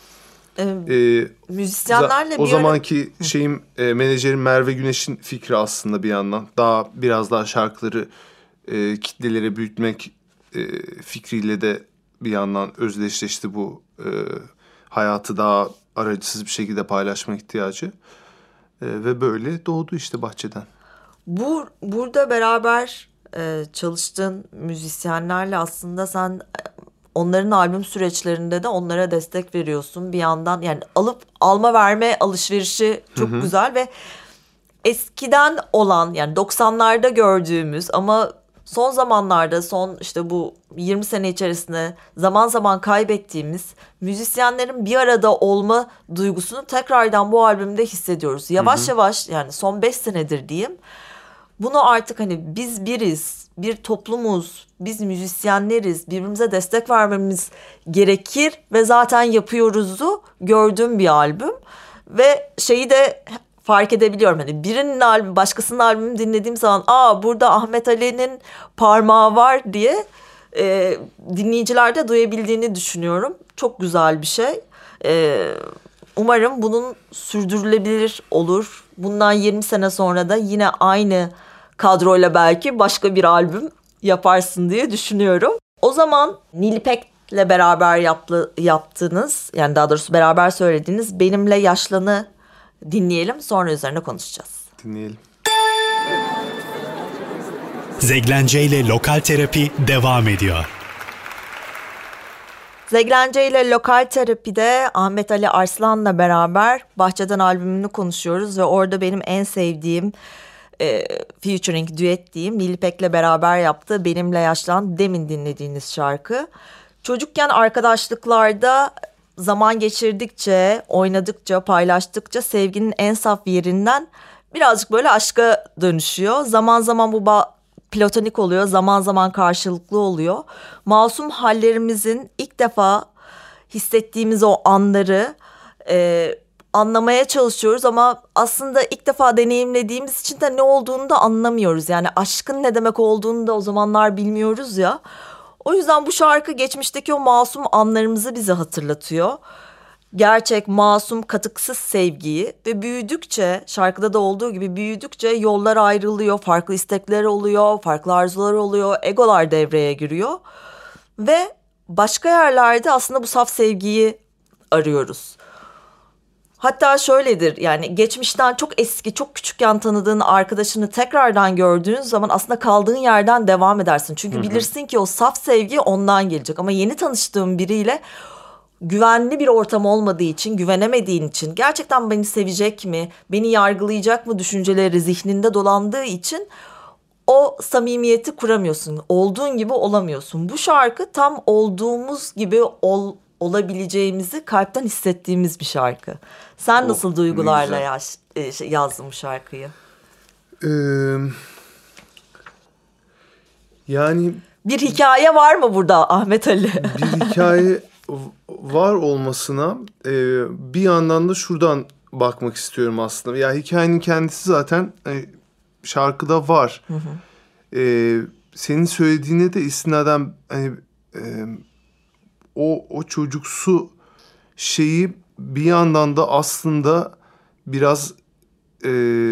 Ee, müzisyenlerle o bir zamanki öyle... şeyim e, menajerim Merve Güneş'in fikri aslında bir yandan daha biraz daha şarkıları e, kitlelere büyütmek e, fikriyle de bir yandan özdeşleşti bu e, hayatı daha aracısız bir şekilde paylaşma ihtiyacı e, ve böyle doğdu işte bahçeden. Bu burada beraber e, çalıştığın müzisyenlerle aslında sen onların albüm süreçlerinde de onlara destek veriyorsun. Bir yandan yani alıp alma verme alışverişi çok hı hı. güzel ve eskiden olan yani doksanlarda gördüğümüz ama son zamanlarda son işte bu yirmi sene içerisinde zaman zaman kaybettiğimiz müzisyenlerin bir arada olma duygusunu tekrardan bu albümde hissediyoruz. Yavaş hı hı. yavaş yani son beş senedir diyeyim. Bunu artık hani biz biriz, bir toplumuz, biz müzisyenleriz, birbirimize destek vermemiz gerekir ve zaten yapıyoruzu gördüğüm bir albüm. Ve şeyi de fark edebiliyorum hani birinin albümü, başkasının albümünü dinlediğim zaman aa burada Ahmet Ali'nin parmağı var diye e, dinleyicilerde duyabildiğini düşünüyorum. Çok güzel bir şey. E, umarım bunun sürdürülebilir olur. Bundan yirmi sene sonra da yine aynı kadroyla belki başka bir albüm yaparsın diye düşünüyorum. O zaman Nilipek'le beraber yaptı, yaptığınız, yani daha doğrusu beraber söylediğiniz Benimle Yaşlan'ı dinleyelim. Sonra üzerine konuşacağız. Dinleyelim. Zeglence ile Lokal Terapi devam ediyor. Zeglence ile Lokal Terapi'de Ahmet Ali Arslan'la beraber Bahçeden albümünü konuşuyoruz ve orada benim en sevdiğim e, featuring, düet diyeyim, Nilipek'le beraber yaptığı Benimle Yaşlan, demin dinlediğiniz şarkı. Çocukken arkadaşlıklarda zaman geçirdikçe, oynadıkça, paylaştıkça sevginin en saf yerinden birazcık böyle aşka dönüşüyor. Zaman zaman bu ba- platonik oluyor, zaman zaman karşılıklı oluyor. Masum hallerimizin ilk defa hissettiğimiz o anları e, anlamaya çalışıyoruz ama aslında ilk defa deneyimlediğimiz için de ne olduğunu da anlamıyoruz. Yani aşkın ne demek olduğunu da o zamanlar bilmiyoruz ya. O yüzden bu şarkı geçmişteki o masum anlarımızı bize hatırlatıyor. Gerçek, masum, katıksız sevgiyi ve büyüdükçe, şarkıda da olduğu gibi büyüdükçe yollar ayrılıyor, farklı istekler oluyor, farklı arzular oluyor, egolar devreye giriyor. Ve başka yerlerde aslında bu saf sevgiyi arıyoruz. Hatta şöyledir, yani geçmişten çok eski, çok küçükken tanıdığın arkadaşını tekrardan gördüğün zaman aslında kaldığın yerden devam edersin. Çünkü hı hı. bilirsin ki o saf sevgi ondan gelecek, ama yeni tanıştığın biriyle güvenli bir ortam olmadığı için, güvenemediğin için, gerçekten beni sevecek mi, beni yargılayacak mı düşünceleri zihninde dolandığı için o samimiyeti kuramıyorsun. Olduğun gibi olamıyorsun. Bu şarkı tam olduğumuz gibi ol, olabileceğimizi kalpten hissettiğimiz bir şarkı. Sen oh, nasıl duygularla yaş, e, yazdın bu şarkıyı? Ee, yani... Bir hikaye var mı burada Ahmet Ali? Bir hikaye var olmasına e, bir yandan da şuradan bakmak istiyorum aslında. Ya hikayenin kendisi zaten e, şarkıda var. Hı hı. E, senin söylediğine de istinaden hani e, o o çocuksu şeyi bir yandan da aslında biraz e,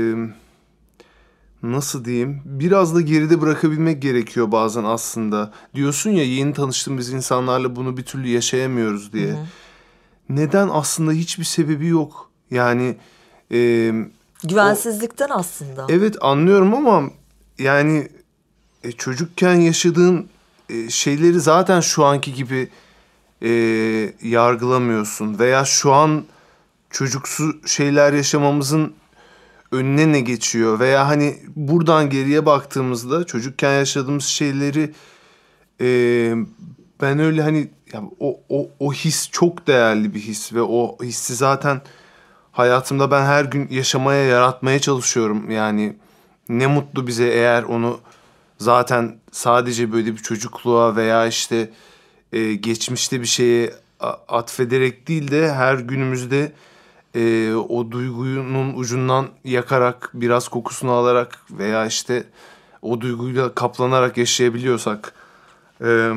nasıl diyeyim, biraz da geride bırakabilmek gerekiyor bazen aslında. Diyorsun ya, yeni tanıştığımız insanlarla bunu bir türlü yaşayamıyoruz diye. Hı hı. Neden? Aslında hiçbir sebebi yok. Yani e, güvensizlikten o, aslında. Evet, anlıyorum ama yani e, çocukken yaşadığın e, şeyleri zaten şu anki gibi e, yargılamıyorsun. Veya şu an çocuksu şeyler yaşamamızın önüne ne geçiyor? Veya hani buradan geriye baktığımızda çocukken yaşadığımız şeyleri e, ben öyle hani ya o, o, o his çok değerli bir his ve o hissi zaten hayatımda ben her gün yaşamaya, yaratmaya çalışıyorum. Yani ne mutlu bize eğer onu zaten sadece böyle bir çocukluğa veya işte e, geçmişte bir şeye atfederek değil de her günümüzde e, o duygunun ucundan yakarak, biraz kokusunu alarak veya işte o duyguyla kaplanarak yaşayabiliyorsak. E,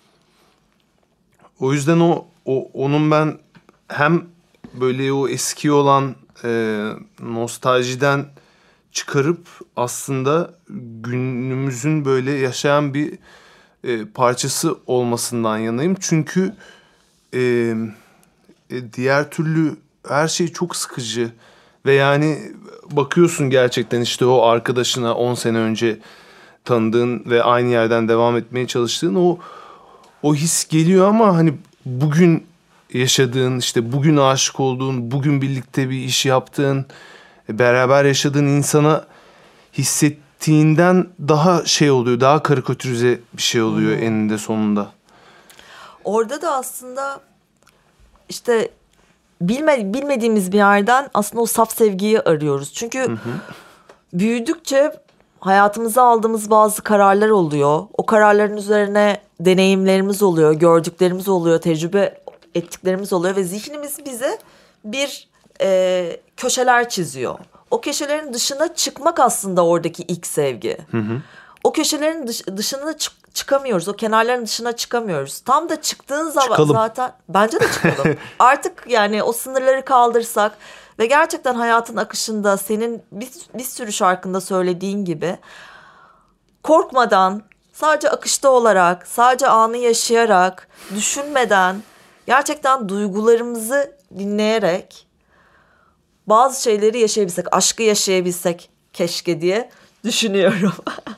o yüzden o, o onun ben hem böyle o eski olan e, nostaljiden çıkarıp aslında günümüzün böyle yaşayan bir e, parçası olmasından yanayım. Çünkü e, e, diğer türlü her şey çok sıkıcı ve yani bakıyorsun gerçekten işte o arkadaşına on sene önce tanıdığın ve aynı yerden devam etmeye çalıştığın o o his geliyor ama hani bugün yaşadığın, işte bugün aşık olduğun, bugün birlikte bir iş yaptığın, beraber yaşadığın insana hissettiğinden daha şey oluyor, daha karikatürize bir şey oluyor hmm. eninde sonunda. Orada da aslında işte bilme, bilmediğimiz bir yerden aslında o saf sevgiyi arıyoruz. Çünkü hı hı. büyüdükçe hayatımıza aldığımız bazı kararlar oluyor. O kararların üzerine deneyimlerimiz oluyor, gördüklerimiz oluyor, tecrübe ettiklerimiz oluyor ve zihnimiz bize bir e, köşeler çiziyor. O köşelerin dışına çıkmak aslında oradaki ilk sevgi. Hı hı. o köşelerin dış, dışına çık, çıkamıyoruz. O kenarların dışına çıkamıyoruz. Tam da çıktığın zaman çıkalım. Zaten bence de çıkalım. Artık yani o sınırları kaldırsak ve gerçekten hayatın akışında senin bir, bir sürü şarkında söylediğin gibi korkmadan, sadece akışta olarak, sadece anı yaşayarak, düşünmeden, gerçekten duygularımızı dinleyerek bazı şeyleri yaşayabilsek, aşkı yaşayabilsek keşke diye düşünüyorum.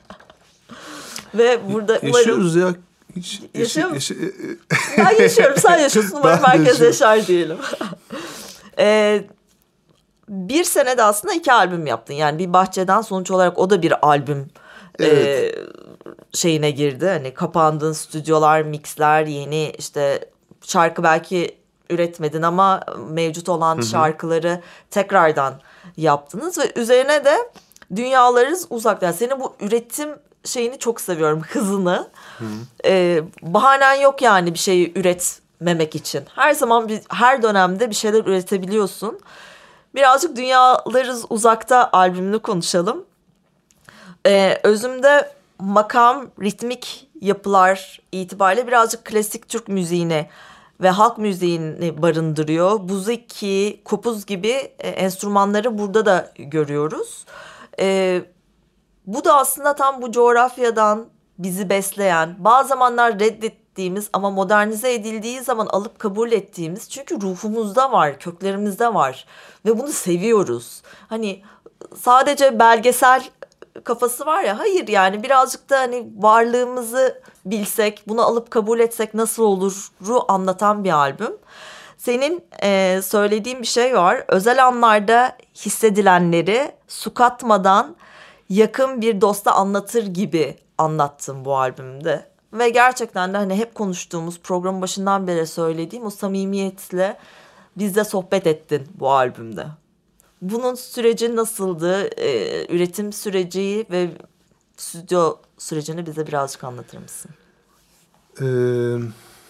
Ve burada yaşıyoruz umarım... ya. Hiç, Yaşıyor yaşa, musun? yaşa, Ben yaşıyorum, sen yaşıyorsun. Umarım Ben de herkes yaşıyorum. yaşar diyelim. ee, bir senede aslında iki albüm yaptın. Yani bir bahçeden sonuç olarak o da bir albüm Evet. e, şeyine girdi. Hani kapandığın stüdyolar, mixler, yeni işte şarkı belki üretmedin ama mevcut olan şarkıları tekrardan yaptınız ve üzerine de dünyalarız uzak. Yani senin bu üretim şeyini çok seviyorum, hızını. Ee, bahanen yok yani bir şeyi üretmemek için. Her zaman bir, her dönemde bir şeyler üretebiliyorsun. Birazcık Dünyalarız Uzakta albümünü konuşalım. Ee, özümde makam, ritmik yapılar itibariyle birazcık klasik Türk müziğini ve halk müziğini barındırıyor. Buziki, kopuz gibi e, enstrümanları burada da görüyoruz. E, bu da aslında tam bu coğrafyadan bizi besleyen, bazı zamanlar reddettiğimiz ama modernize edildiği zaman alıp kabul ettiğimiz, çünkü ruhumuzda var, köklerimizde var ve bunu seviyoruz. Hani sadece belgesel kafası var ya, hayır yani birazcık da hani varlığımızı bilsek, bunu alıp kabul etsek nasıl oluru anlatan bir albüm. Senin e, söylediğin bir şey var. Özel anlarda hissedilenleri su katmadan yakın bir dosta anlatır gibi anlattım bu albümde. Ve gerçekten de hani hep konuştuğumuz, programın başından beri söylediğim o samimiyetle bizle sohbet ettin bu albümde. Bunun süreci nasıldı? Ee, üretim süreci ve stüdyo sürecini bize birazcık anlatır mısın? Ee,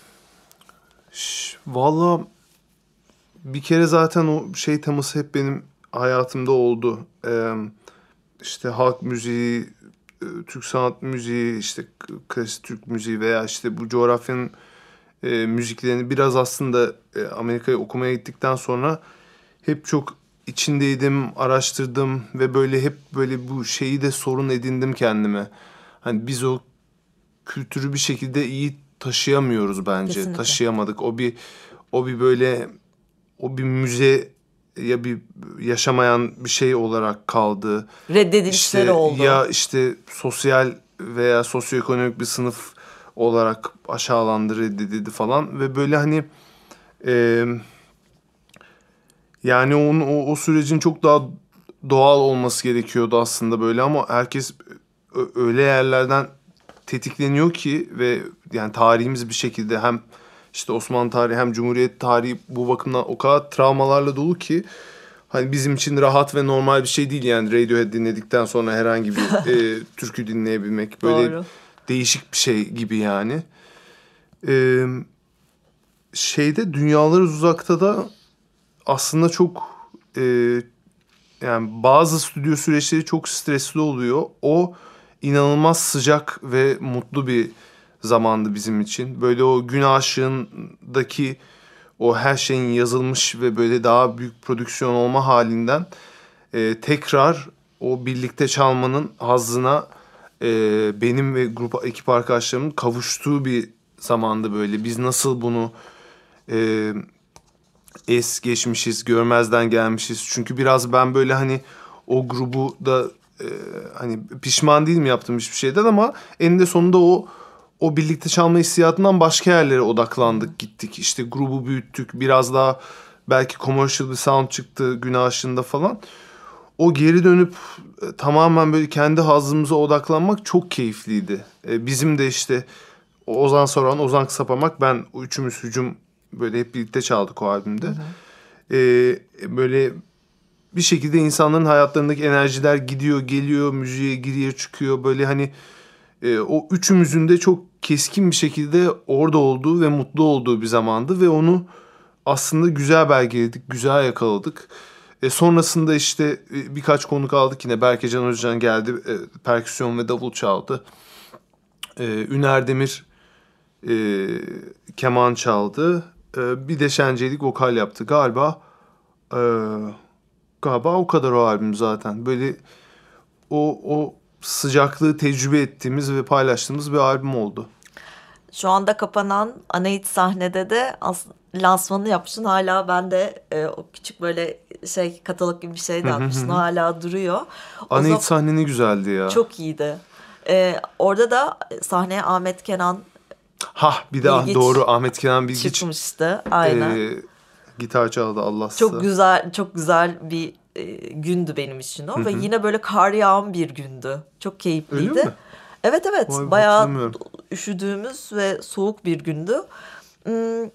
ş- Valla bir kere zaten o şey teması hep benim hayatımda oldu. Ee, işte halk müziği, e, Türk sanat müziği, işte k- klasik Türk müziği veya işte bu coğrafyanın e, müziklerini biraz aslında e, Amerika'ya okumaya gittikten sonra hep çok içindeydim, araştırdım ve böyle hep böyle bu şeyi de sorun edindim kendime. Hani biz o kültürü bir şekilde iyi taşıyamıyoruz bence. Kesinlikle. Taşıyamadık. O bir o bir böyle o bir müze ya bir yaşamayan bir şey olarak kaldı. Reddedilişleri İşte oldu. ya işte sosyal veya sosyoekonomik bir sınıf olarak aşağılandı, reddedildi falan ve böyle hani e, yani onun o, o sürecin çok daha doğal olması gerekiyordu aslında böyle ama herkes ö- öyle yerlerden tetikleniyor ki ve yani tarihimiz bir şekilde hem işte Osmanlı tarihi hem Cumhuriyet tarihi bu bakımdan o kadar travmalarla dolu ki hani bizim için rahat ve normal bir şey değil yani Radiohead dinledikten sonra herhangi bir e, türkü dinleyebilmek böyle Doğru. değişik bir şey gibi yani. E, şeyde Dünyalarız Uzakta da aslında çok e, yani bazı stüdyo süreçleri çok stresli oluyor. O inanılmaz sıcak ve mutlu bir zamandı bizim için. Böyle o Gün Aşığı'ndaki o her şeyin yazılmış ve böyle daha büyük prodüksiyon olma halinden e, tekrar o birlikte çalmanın hazzına e, benim ve grup ekip arkadaşlarımın kavuştuğu bir zamandı böyle. Biz nasıl bunu e, es geçmişiz, görmezden gelmişiz. Çünkü biraz ben böyle hani o grubu da e, hani pişman değilim yaptığım hiçbir şeyden ama eninde sonunda o o birlikte çalma hissiyatından başka yerlere odaklandık, gittik. İşte grubu büyüttük, biraz daha belki commercial bir sound çıktı Gün Aşığı'nda falan. O geri dönüp e, tamamen böyle kendi hazzımıza odaklanmak çok keyifliydi. E, bizim de işte Ozan Soran, Ozan Kısapamak, ben o üçümüz hücum böyle hep birlikte çaldık o albümde. Ee, böyle bir şekilde insanların hayatlarındaki enerjiler gidiyor, geliyor, müziğe giriyor, çıkıyor. Böyle hani e, o üçümüzün de çok keskin bir şekilde orada olduğu ve mutlu olduğu bir zamandı. Ve onu aslında güzel belgeledik, güzel yakaladık. E sonrasında işte birkaç konuk aldık yine. Berkecan Özcan geldi. E, perküsyon ve davul çaldı. E, Üner Demir e, keman çaldı. E, bir de Şencelik vokal yaptı. Galiba e, galiba o kadar o albüm zaten. Böyle o, o sıcaklığı tecrübe ettiğimiz ve paylaştığımız bir albüm oldu. Şu anda kapanan Anait sahnede de as- lansmanı yapmışsın. Hala ben de e, o küçük böyle şey katalog gibi bir şey de atmışsın. Hala duruyor. Anait zaman... sahne ne güzeldi ya. Çok iyiydi. E, orada da sahneye Ahmet Kenan Ha bir de Bilgiç doğru Ahmet Kenan Bilgiç çıkmıştı. Aynen. E, gitar çaldı Allah'sa. Çok güzel, çok güzel bir e, gündü benim için o. Ve yine böyle kar yağan bir gündü. Çok keyifliydi. Öyle mi? Evet evet. Vay, bayağı üşüdüğümüz ve soğuk bir gündü. Hmm,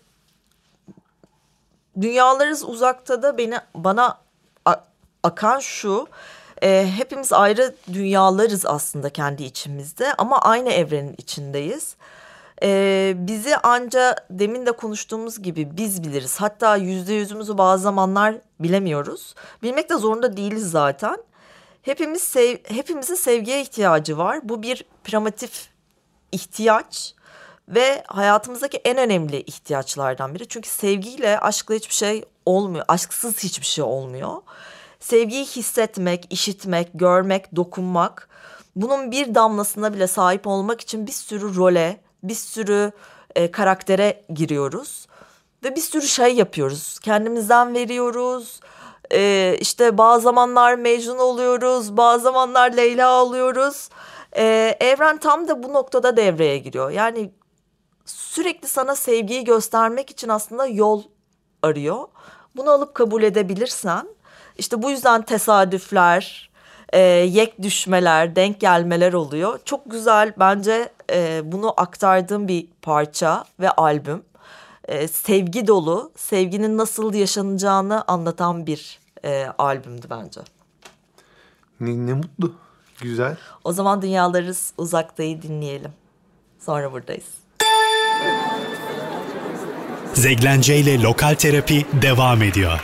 Dünyalarız Uzakta da beni bana a- akan şu. E, hepimiz ayrı dünyalarız aslında kendi içimizde ama aynı evrenin içindeyiz. E, bizi anca demin de konuştuğumuz gibi biz biliriz. Hatta yüzde yüzümüzü bazı zamanlar bilemiyoruz. Bilmek de zorunda değiliz zaten. Hepimiz sev, hepimizin sevgiye ihtiyacı var. Bu bir primitif ihtiyaç ve hayatımızdaki en önemli ihtiyaçlardan biri. Çünkü sevgiyle, aşkla hiçbir şey olmuyor. Aşksız hiçbir şey olmuyor. Sevgiyi hissetmek, işitmek, görmek, dokunmak. Bunun bir damlasına bile sahip olmak için bir sürü role, bir sürü e, karaktere giriyoruz. Ve bir sürü şey yapıyoruz. Kendimizden veriyoruz. Ee, işte bazı zamanlar Mecnun oluyoruz. Bazı zamanlar Leyla oluyoruz. Ee, evren tam da bu noktada devreye giriyor. Yani sürekli sana sevgiyi göstermek için aslında yol arıyor. Bunu alıp kabul edebilirsen, işte bu yüzden tesadüfler, e, yek düşmeler, denk gelmeler oluyor. Çok güzel bence e, bunu aktardığım bir parça ve albüm. E, sevgi dolu, sevginin nasıl yaşanacağını anlatan bir e, albümdü bence. Ne, ne mutlu, güzel. O zaman Dünyalarız Uzakta'yı dinleyelim. Sonra buradayız. Zeglence ile Lokal Terapi devam ediyor.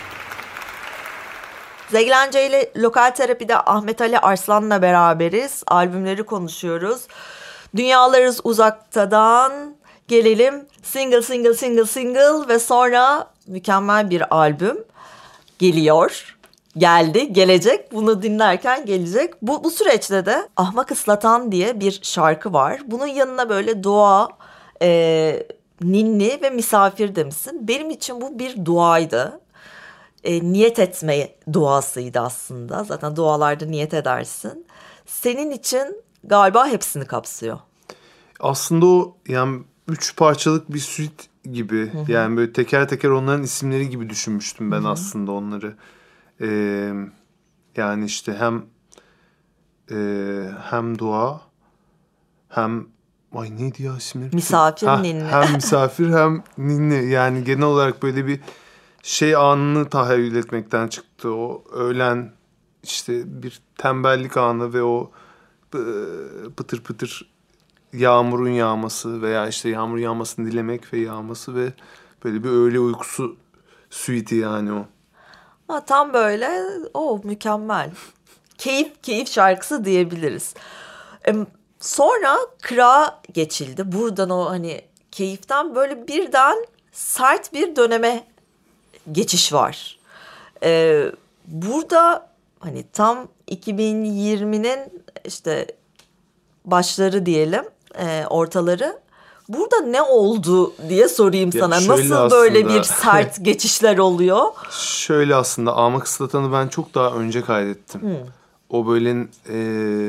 Zeglence ile Lokal Terapi'de Ahmet Ali Arslan'la beraberiz. Albümleri konuşuyoruz. Dünyalarız Uzakta'dan gelelim single single single single ve sonra mükemmel bir albüm geliyor. Geldi, gelecek. Bunu dinlerken gelecek. Bu, bu süreçte de Ahmak Islatan diye bir şarkı var. Bunun yanına böyle dua, e, ninni ve misafir demişsin. Benim için bu bir duaydı. E, niyet etme duasıydı aslında. Zaten dualarda niyet edersin. Senin için galiba hepsini kapsıyor. Aslında o yani üç parçalık bir suite gibi. Hı hı. Yani böyle teker teker onların isimleri gibi düşünmüştüm ben, hı hı, aslında onları. Ee, yani işte hem e, hem dua hem ay neydi ya isimleri? Misafir, ha, ninni. Hem misafir hem ninni. Yani genel olarak böyle bir şey anını tahayyül etmekten çıktı. O öğlen işte bir tembellik anı ve o pıtır pıtır yağmurun yağması veya işte yağmur yağmasını dilemek ve yağması ve böyle bir öğle uykusu suite'i yani o. Ha, tam böyle o mükemmel. Keyif keyif şarkısı diyebiliriz. Ee, sonra Kıra geçildi. Buradan o hani keyiften böyle birden sert bir döneme geçiş var. Ee, burada hani tam iki bin yirminin işte başları diyelim, e, ortaları. Burada ne oldu diye sorayım ya sana. Nasıl aslında, böyle bir sert geçişler oluyor? Şöyle aslında Ahmak Islatan'ı ben çok daha önce kaydettim. Hmm. O böyle e,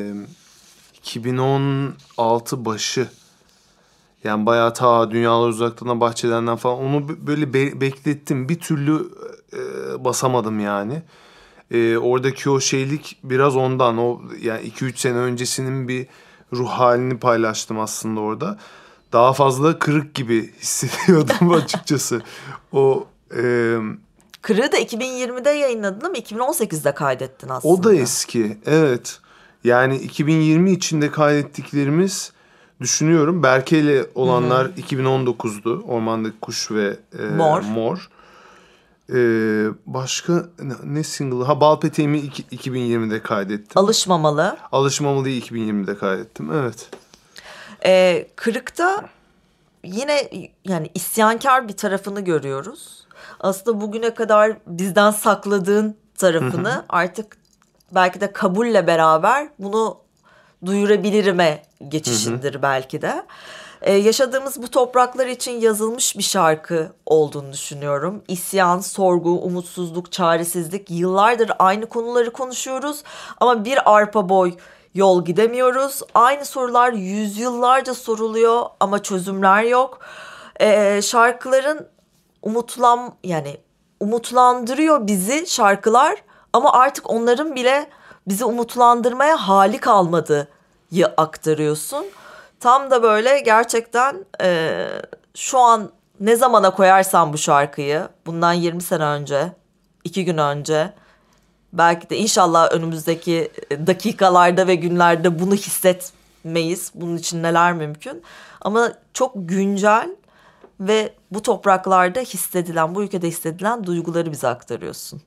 iki bin on altı başı. Yani bayağı ta Dünyalar Uzakta'dan, Bahçeden'den falan onu böyle be- beklettim. Bir türlü e, basamadım yani. E, oradaki o şeylik biraz ondan. O yani iki üç sene öncesinin bir ruh halini paylaştım aslında orada. Daha fazla kırık gibi hissediyordum açıkçası. O e, Kırığı da iki bin yirmide yayınladın ama iki bin on sekizde kaydettin aslında. O da eski, evet. Yani iki bin yirmi içinde kaydettiklerimiz, düşünüyorum. Berke ile olanlar, hı-hı, iki bin on dokuzdu. Ormandaki Kuş ve e, Mor. Mor. Ee, başka ne, ne single? Ha, Bal Peteğimi iki- iki bin yirmide kaydettim. Alışmamalı. Alışmamalıyı iki bin yirmide kaydettim. Evet. Ee, Kırık'ta yine yani isyankar bir tarafını görüyoruz. Aslında bugüne kadar bizden sakladığın tarafını hı hı. artık belki de kabulle beraber bunu duyurabilirime geçişindir hı hı. belki de. Ee, yaşadığımız bu topraklar için yazılmış bir şarkı olduğunu düşünüyorum. İsyan, sorgu, umutsuzluk, çaresizlik, yıllardır aynı konuları konuşuyoruz ama bir arpa boy yol gidemiyoruz. Aynı sorular yüzyıllarca soruluyor ama çözümler yok. Ee, şarkıların umutlan yani umutlandırıyor bizi şarkılar ama artık onların bile bizi umutlandırmaya hali kalmadığı aktarıyorsun. Tam da böyle gerçekten e, şu an ne zamana koyarsam bu şarkıyı, bundan yirmi sene önce, iki gün önce, belki de inşallah önümüzdeki dakikalarda ve günlerde bunu hissetmeyiz. Bunun için neler mümkün. Ama çok güncel ve bu topraklarda hissedilen, bu ülkede hissedilen duyguları bize aktarıyorsun.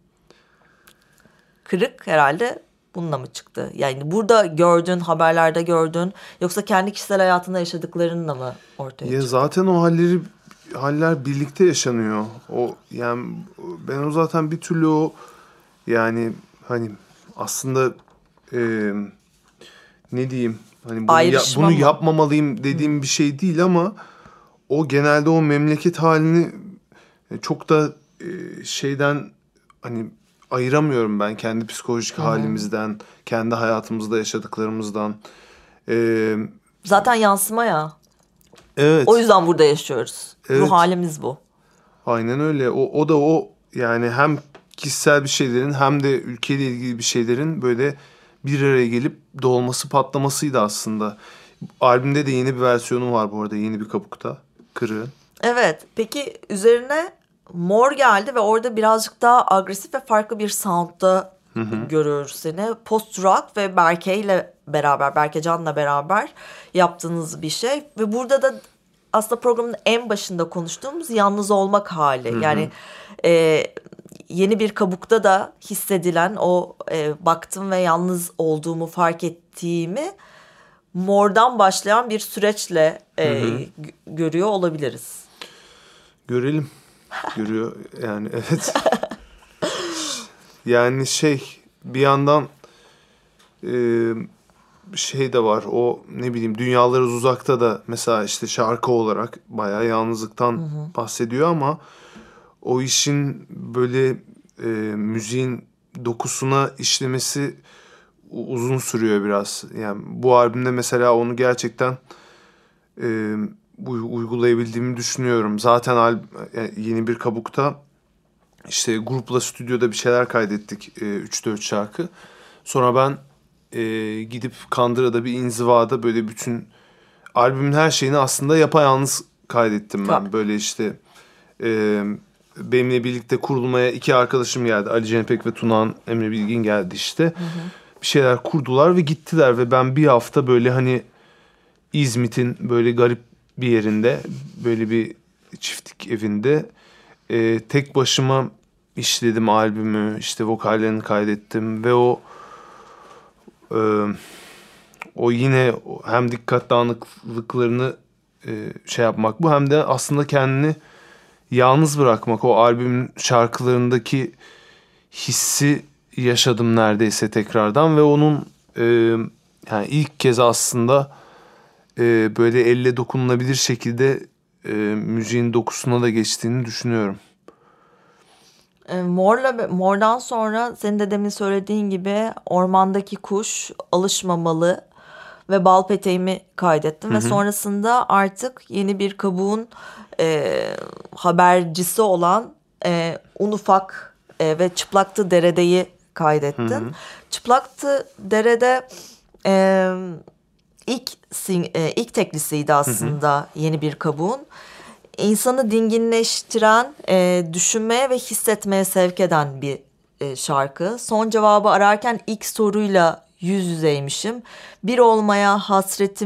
Kırık herhalde bununla mı çıktı? Yani burada gördün, haberlerde gördün, yoksa kendi kişisel hayatında yaşadıklarınla mı ortaya ya çıktı? Zaten o halleri haller birlikte yaşanıyor. O yani ben o zaten bir türlü o yani hani aslında e, ne diyeyim hani bunu, ya, bunu yapmamalıyım dediğim hmm. bir şey değil ama o genelde o memleket halini çok da e, şeyden hani ayıramıyorum ben kendi psikolojik hmm. halimizden, kendi hayatımızda yaşadıklarımızdan. Ee, Zaten yansıma ya. Evet. O yüzden burada yaşıyoruz. Evet. Ruh halimiz bu. Aynen öyle. O, o da o yani hem kişisel bir şeylerin hem de ülkeyle ilgili bir şeylerin böyle bir araya gelip dolması patlamasıydı aslında. Albümde de yeni bir versiyonu var bu arada. Yeni bir kabukta. Kırığın. Evet. Peki üzerine Mor geldi ve orada birazcık daha agresif ve farklı bir sound'da hı hı. görüyoruz seni. Post rock ve Berke ile beraber, Berke Can'la beraber yaptığınız bir şey. Ve burada da aslında programın en başında konuştuğumuz yalnız olmak hali. Hı hı. Yani e, yeni bir kabukta da hissedilen o e, baktım ve yalnız olduğumu fark ettiğimi Mor'dan başlayan bir süreçle e, hı hı. G- görüyor olabiliriz. Görelim. Görüyor yani evet. Yani şey bir yandan e, şey de var o ne bileyim Dünyalarız Uzakta da mesela işte şarkı olarak bayağı yalnızlıktan hı hı. bahsediyor ama o işin böyle e, müziğin dokusuna işlemesi uzun sürüyor biraz. Yani bu albümde mesela onu gerçekten e, uygulayabildiğimi düşünüyorum. Zaten al, yani yeni bir kabukta işte grupla stüdyoda bir şeyler kaydettik. E, üç dört şarkı. Sonra ben e, gidip Kandıra'da bir inzivada böyle bütün albümün her şeyini aslında yapayalnız kaydettim ben. Tabii. Böyle işte e, benimle birlikte kurulmaya iki arkadaşım geldi. Ali Cenpek ve Tunağan Emre Bilgin geldi işte. Hı hı. Bir şeyler kurdular ve gittiler ve ben bir hafta böyle hani İzmit'in böyle garip bir yerinde böyle bir çiftlik evinde e, tek başıma işledim albümü, işte vokallerini kaydettim ve o e, o yine hem dikkat dağınıklıklarını e, şey yapmak bu hem de aslında kendini yalnız bırakmak. O albümün şarkılarındaki hissi yaşadım neredeyse tekrardan ve onun e, yani ilk kez aslında e, böyle elle dokunulabilir şekilde e, müziğin dokusuna da geçtiğini düşünüyorum. E, Mor'la Mor'dan sonra senin de demin söylediğin gibi Ormandaki Kuş, Alışmamalı ve Bal Peteğimi kaydettim. Hı hı. Ve sonrasında artık yeni bir kabuğun e, habercisi olan e, Un Ufak e, ve Çıplaktı Derede'yi kaydettin. Hı hı. Çıplaktı Derede e, ilk e, ilk teklisiydi aslında hı hı. yeni bir kabuğun. İnsanı dinginleştiren, e, düşünmeye ve hissetmeye sevk eden bir e, şarkı. Son cevabı ararken ilk soruyla yüz yüzeymişim. Bir olmaya hasretimiz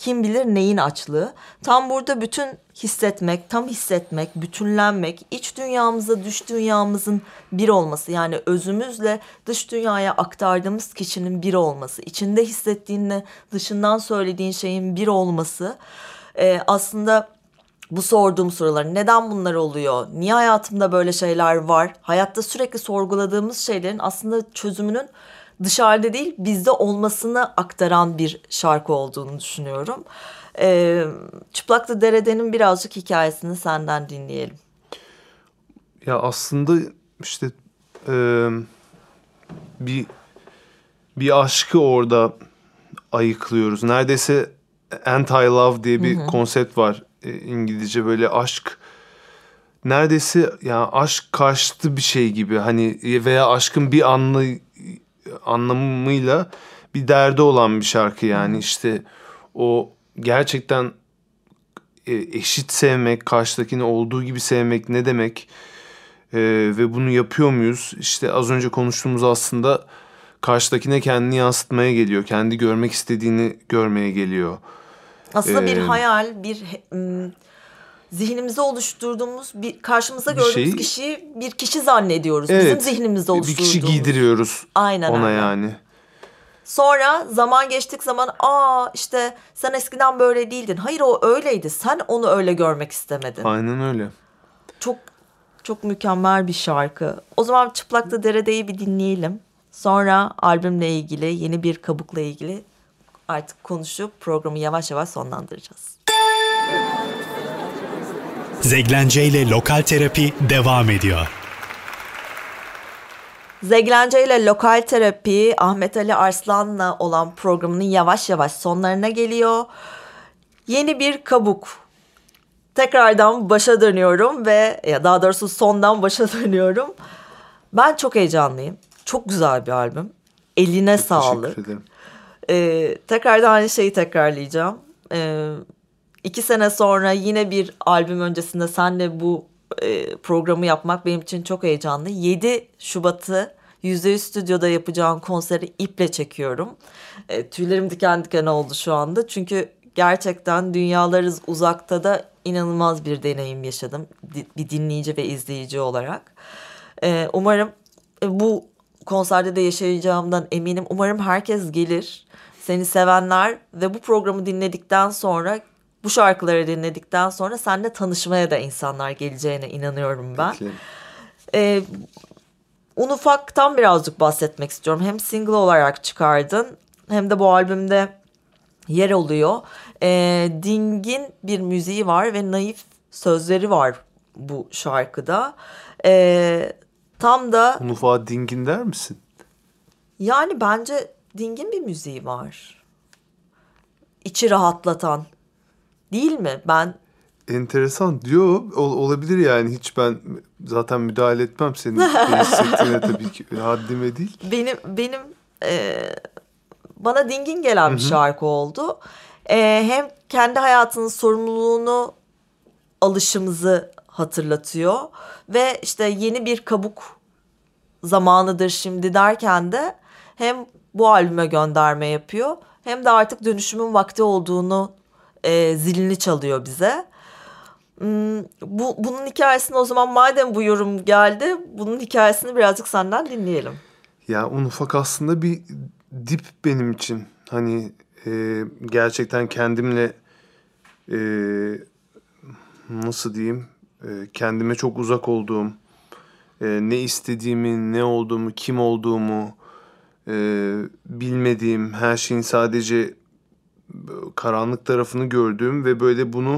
kim bilir neyin açlığı. Tam burada bütün hissetmek, tam hissetmek, bütünlenmek, iç dünyamızla dış dünyamızın bir olması. Yani özümüzle dış dünyaya aktardığımız kişinin bir olması. İçinde hissettiğinle dışından söylediğin şeyin bir olması. Ee, aslında bu sorduğum sorular, neden bunlar oluyor? Niye hayatımda böyle şeyler var? Hayatta sürekli sorguladığımız şeylerin aslında çözümünün dışarıda değil bizde olmasını aktaran bir şarkı olduğunu düşünüyorum. Ee, Çıplaklı Derede'nin birazcık hikayesini senden dinleyelim. Ya aslında işte e, bir bir aşkı orada ayıklıyoruz. Neredeyse anti-love diye bir hı hı. konsept var e, İngilizce, böyle aşk. Neredeyse yani aşk karşıtı bir şey gibi, hani veya aşkın bir anlı anlamıyla bir derdi olan bir şarkı yani. Hı hı. İşte o gerçekten eşit sevmek, karşıdakini olduğu gibi sevmek ne demek ee, ve bunu yapıyor muyuz? İşte az önce konuştuğumuz aslında karşıdakine kendini yansıtmaya geliyor, kendi görmek istediğini görmeye geliyor. Aslında ee, bir hayal, bir ım, zihnimizde oluşturduğumuz, bir karşımıza bir gördüğümüz şey, kişiyi bir kişi zannediyoruz. Evet, bizim zihnimizde oluşturduğumuz. Bir kişi giydiriyoruz. Aynen, ona aynen. yani. Sonra zaman geçtik zaman, aa işte sen eskiden böyle değildin. Hayır, o öyleydi. Sen onu öyle görmek istemedin. Aynen öyle. Çok çok mükemmel bir şarkı. O zaman Çıplaklı Derede'yi bir dinleyelim. Sonra albümle ilgili, yeni bir kabukla ilgili artık konuşup programı yavaş yavaş sonlandıracağız. Zeglence ile Lokal Terapi devam ediyor. Zeglence ile Lokal Terapi Ahmet Ali Arslan'la olan programının yavaş yavaş sonlarına geliyor. Yeni bir kabuk. Tekrardan başa dönüyorum ve ya daha doğrusu sondan başa dönüyorum. Ben çok heyecanlıyım. Çok güzel bir albüm. Eline çok sağlık. Teşekkür ederim. Ee, tekrardan aynı şeyi tekrarlayacağım. Ee, iki sene sonra yine bir albüm öncesinde senle bu e, programı yapmak benim için çok heyecanlı. yedi Şubat'ı yüzde yüz Stüdyo'da yapacağım konseri iple çekiyorum. E, tüylerim diken diken oldu şu anda. Çünkü gerçekten dünyalarız uzakta da inanılmaz bir deneyim yaşadım. Bir dinleyici ve izleyici olarak. E, umarım e, bu konserde de yaşayacağımdan eminim. Umarım herkes gelir. Seni sevenler ve bu programı dinledikten sonra, bu şarkıları dinledikten sonra seninle tanışmaya da insanlar geleceğine inanıyorum ben. Ee, Un Ufak'tan birazcık bahsetmek istiyorum. Hem single olarak çıkardın hem de bu albümde yer alıyor. Ee, dingin bir müziği var ve naif sözleri var bu şarkıda. Ee, tam da... Un Ufak'a dingin der misin? Yani bence dingin bir müziği var. İçi rahatlatan. Değil mi? Ben enteresan diyor. Ol, olabilir yani. Hiç ben zaten müdahale etmem senin hissettiğine tabii ki. Haddime değil. Benim benim e, bana dingin gelen bir Hı-hı. şarkı oldu. E, hem kendi hayatının sorumluluğunu alışımızı hatırlatıyor ve işte yeni bir kabuk zamanıdır şimdi derken de hem bu albüme gönderme yapıyor hem de artık dönüşümün vakti olduğunu e, zilini çalıyor bize. Hmm, bu bunun hikayesini o zaman madem bu yorum geldi, bunun hikayesini birazcık senden dinleyelim. Ya Un Ufak aslında bir dip benim için. Hani e, gerçekten kendimle e, nasıl diyeyim e, kendime çok uzak olduğum, e, ne istediğimi, ne olduğumu, kim olduğumu e, bilmediğim, her şeyin sadece karanlık tarafını gördüğüm ve böyle bunu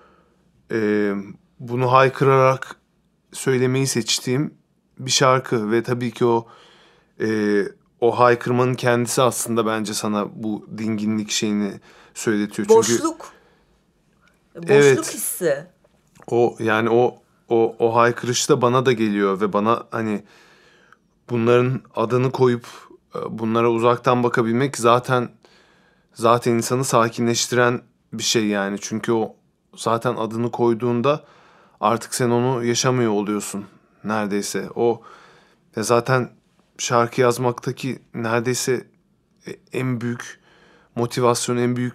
e, bunu haykırarak söylemeyi seçtiğim bir şarkı ve tabii ki o e, o haykırmanın kendisi aslında bence sana bu dinginlik şeyini söyletiyor. Boşluk. Çünkü, Boşluk evet, hissi. O yani o o o haykırış da bana da geliyor ve bana hani bunların adını koyup bunlara uzaktan bakabilmek zaten zaten insanı sakinleştiren bir şey yani. Çünkü o zaten adını koyduğunda artık sen onu yaşamıyor oluyorsun neredeyse. O zaten şarkı yazmaktaki neredeyse en büyük motivasyon, en büyük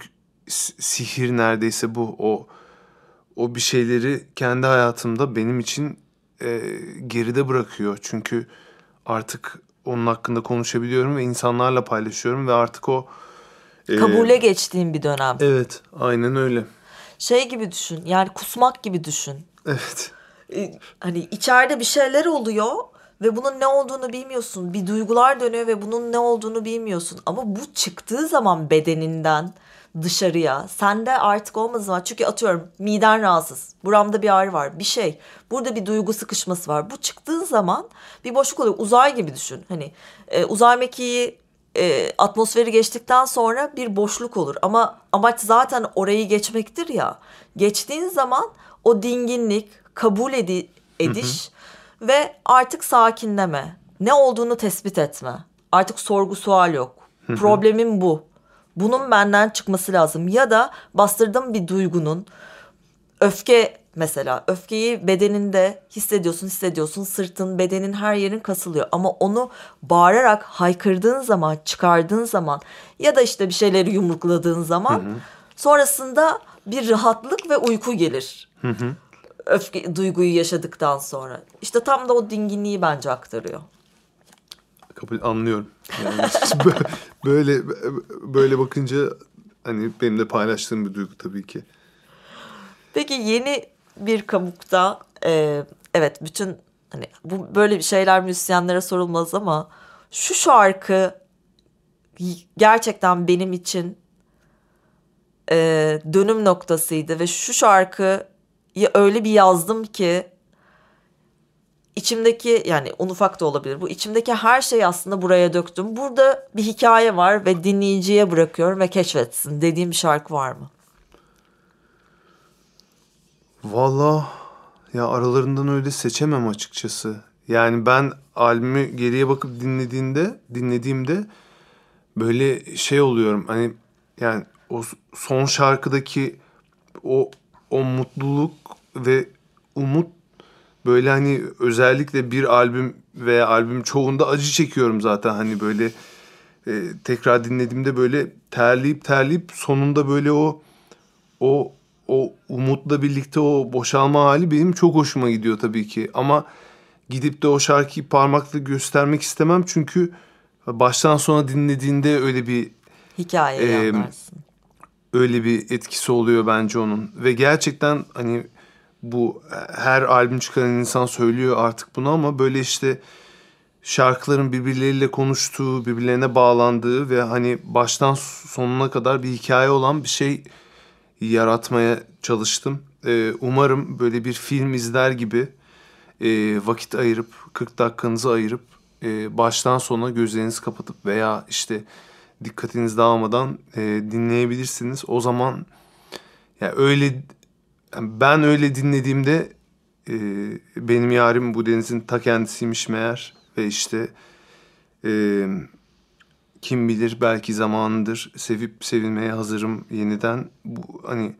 sihir neredeyse bu. O o bir şeyleri kendi hayatımda benim için e, geride bırakıyor. Çünkü artık onun hakkında konuşabiliyorum ve insanlarla paylaşıyorum ve artık o e, kabule geçtiğin bir dönem. Evet, aynen öyle. Şey gibi düşün, yani kusmak gibi düşün. Evet. Ee, hani içeride bir şeyler oluyor ve bunun ne olduğunu bilmiyorsun. Bir duygular dönüyor ve bunun ne olduğunu bilmiyorsun. Ama bu çıktığı zaman bedeninden dışarıya, sende artık olmadığı zaman, çünkü atıyorum miden rahatsız, buramda bir ağrı var, bir şey, burada bir duygu sıkışması var. Bu çıktığı zaman bir boşluk oluyor. Uzay gibi düşün. Hani e, uzay mekiği e, atmosferi geçtikten sonra bir boşluk olur. Ama amaç zaten orayı geçmektir ya. Geçtiğin zaman o dinginlik, kabul edi- ediş hı hı. ve artık sakinleme. Ne olduğunu tespit etme. Artık sorgu sual yok. Hı hı. Problemim bu. Bunun benden çıkması lazım. Ya da bastırdığım bir duygunun, öfke mesela, öfkeyi bedeninde hissediyorsun, hissediyorsun. Sırtın, bedenin, her yerin kasılıyor. Ama onu bağırarak haykırdığın zaman, çıkardığın zaman ya da işte bir şeyleri yumrukladığın zaman hı hı. sonrasında bir rahatlık ve uyku gelir. Hı hı. Öfke duyguyu yaşadıktan sonra. İşte tam da o dinginliği bence aktarıyor. Kabul, anlıyorum. Yani böyle böyle bakınca hani benim de paylaştığım bir duygu tabii ki. Peki yeni bir kabukta e, evet bütün hani bu böyle bir şeyler müzisyenlere sorulmaz ama şu şarkı gerçekten benim için e, dönüm noktasıydı ve şu şarkıyı öyle bir yazdım ki içimdeki, yani un ufak da olabilir, bu içimdeki her şeyi aslında buraya döktüm. Burada bir hikaye var ve dinleyiciye bırakıyorum ve keşfetsin dediğim bir şarkı var mı? Vallahi ya aralarından öyle seçemem açıkçası. Yani ben albümü geriye bakıp dinlediğinde, dinlediğimde böyle şey oluyorum. Hani yani o son şarkıdaki o o mutluluk ve umut, böyle hani özellikle bir albüm veya albüm çoğunda acı çekiyorum zaten. Hani böyle e, tekrar dinlediğimde böyle terleyip terleyip sonunda böyle o o o umutla birlikte o boşalma hali benim çok hoşuma gidiyor tabii ki. Ama gidip de o şarkıyı parmakla göstermek istemem. Çünkü baştan sona dinlediğinde öyle bir hikayeyi e, anlarsın. Öyle bir etkisi oluyor bence onun. Ve gerçekten hani bu her albüm çıkaran insan söylüyor artık bunu ama böyle işte şarkıların birbirleriyle konuştuğu, birbirlerine bağlandığı ve hani baştan sonuna kadar bir hikaye olan bir şey yaratmaya çalıştım. Ee, umarım böyle bir film izler gibi e, vakit ayırıp, kırk dakikanızı ayırıp e, baştan sona gözlerinizi kapatıp veya işte dikkatiniz dağılmadan e, dinleyebilirsiniz. O zaman yani öyle, yani ben öyle dinlediğimde e, benim yarim bu denizin ta kendisiymiş meğer ve işte e, kim bilir belki zamanıdır, sevip sevilmeye hazırım yeniden. Bu hani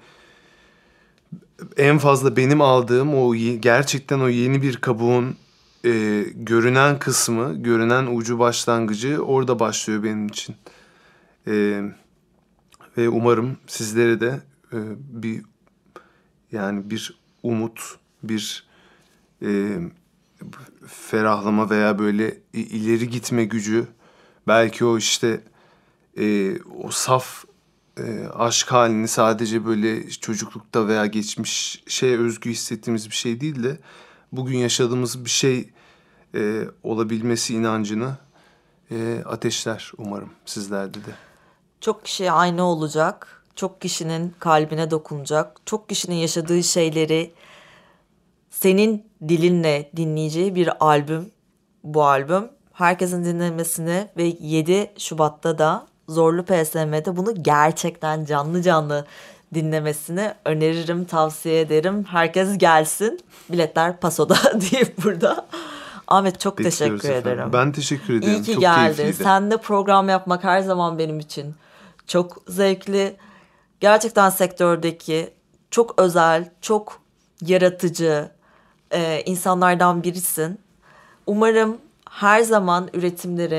en fazla benim aldığım o gerçekten o yeni bir kabuğun e, görünen kısmı, görünen ucu başlangıcı orada başlıyor benim için. E, ve umarım sizlere de e, bir yani bir umut, bir e, ferahlama veya böyle ileri gitme gücü, belki o işte e, o saf e, aşk halini sadece böyle çocuklukta veya geçmiş şeye özgü hissettiğimiz bir şey değil de bugün yaşadığımız bir şey e, olabilmesi inancını e, ateşler umarım sizlerde de. Çok kişiye aynı olacak, çok kişinin kalbine dokunacak, çok kişinin yaşadığı şeyleri senin dilinle dinleyeceği bir albüm bu albüm. Herkesin dinlemesini ve yedi Şubat'ta da Zorlu P S M'de bunu gerçekten canlı canlı dinlemesini öneririm, tavsiye ederim. Herkes gelsin. Biletler Paso'da deyip burada. Ahmet çok Bekliyoruz teşekkür efendim. ederim. Ben teşekkür ederim. İyi ki çok geldin. Keyifliydi. Seninle program yapmak her zaman benim için çok zevkli. Gerçekten sektördeki çok özel, çok yaratıcı e, insanlardan birisin. Umarım her zaman üretimlerin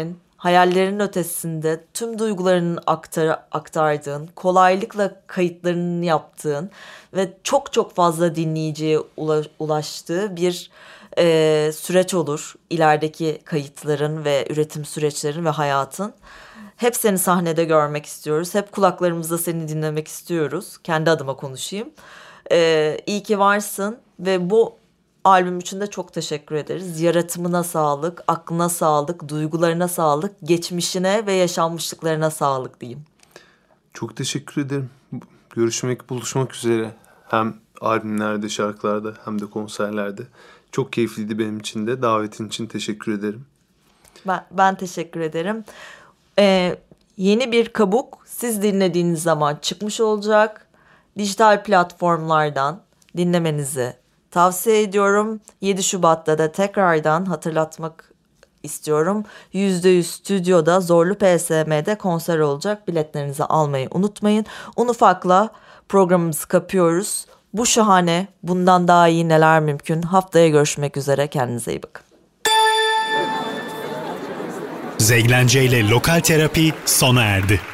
hayallerin ötesinde tüm duygularını aktar, aktardığın, kolaylıkla kayıtlarını yaptığın ve çok çok fazla dinleyiciye ulaştığı bir e, süreç olur. İlerideki kayıtların ve üretim süreçlerin ve hayatın. Hep seni sahnede görmek istiyoruz. Hep kulaklarımızda seni dinlemek istiyoruz. Kendi adıma konuşayım. Ee, iyi ki varsın ve bu albüm için de çok teşekkür ederiz. Yaratımına sağlık, aklına sağlık, duygularına sağlık, geçmişine ve yaşanmışlıklarına sağlık diyeyim. Çok teşekkür ederim. Görüşmek, buluşmak üzere. Hem albümlerde, şarkılarda hem de konserlerde. Çok keyifliydi benim için de. Davetin için teşekkür ederim. Ben, ben teşekkür ederim. Ee, yeni bir kabuk siz dinlediğiniz zaman çıkmış olacak. Dijital platformlardan dinlemenizi tavsiye ediyorum. yedi Şubat'ta da tekrardan hatırlatmak istiyorum. yüzde yüz Stüdyo'da Zorlu P S M'de konser olacak. Biletlerinizi almayı unutmayın. Un ufakla programımızı kapıyoruz. Bu şahane, bundan daha iyi neler mümkün. Haftaya görüşmek üzere. Kendinize iyi bakın. Zeglence ile Lokal Terapi sona erdi.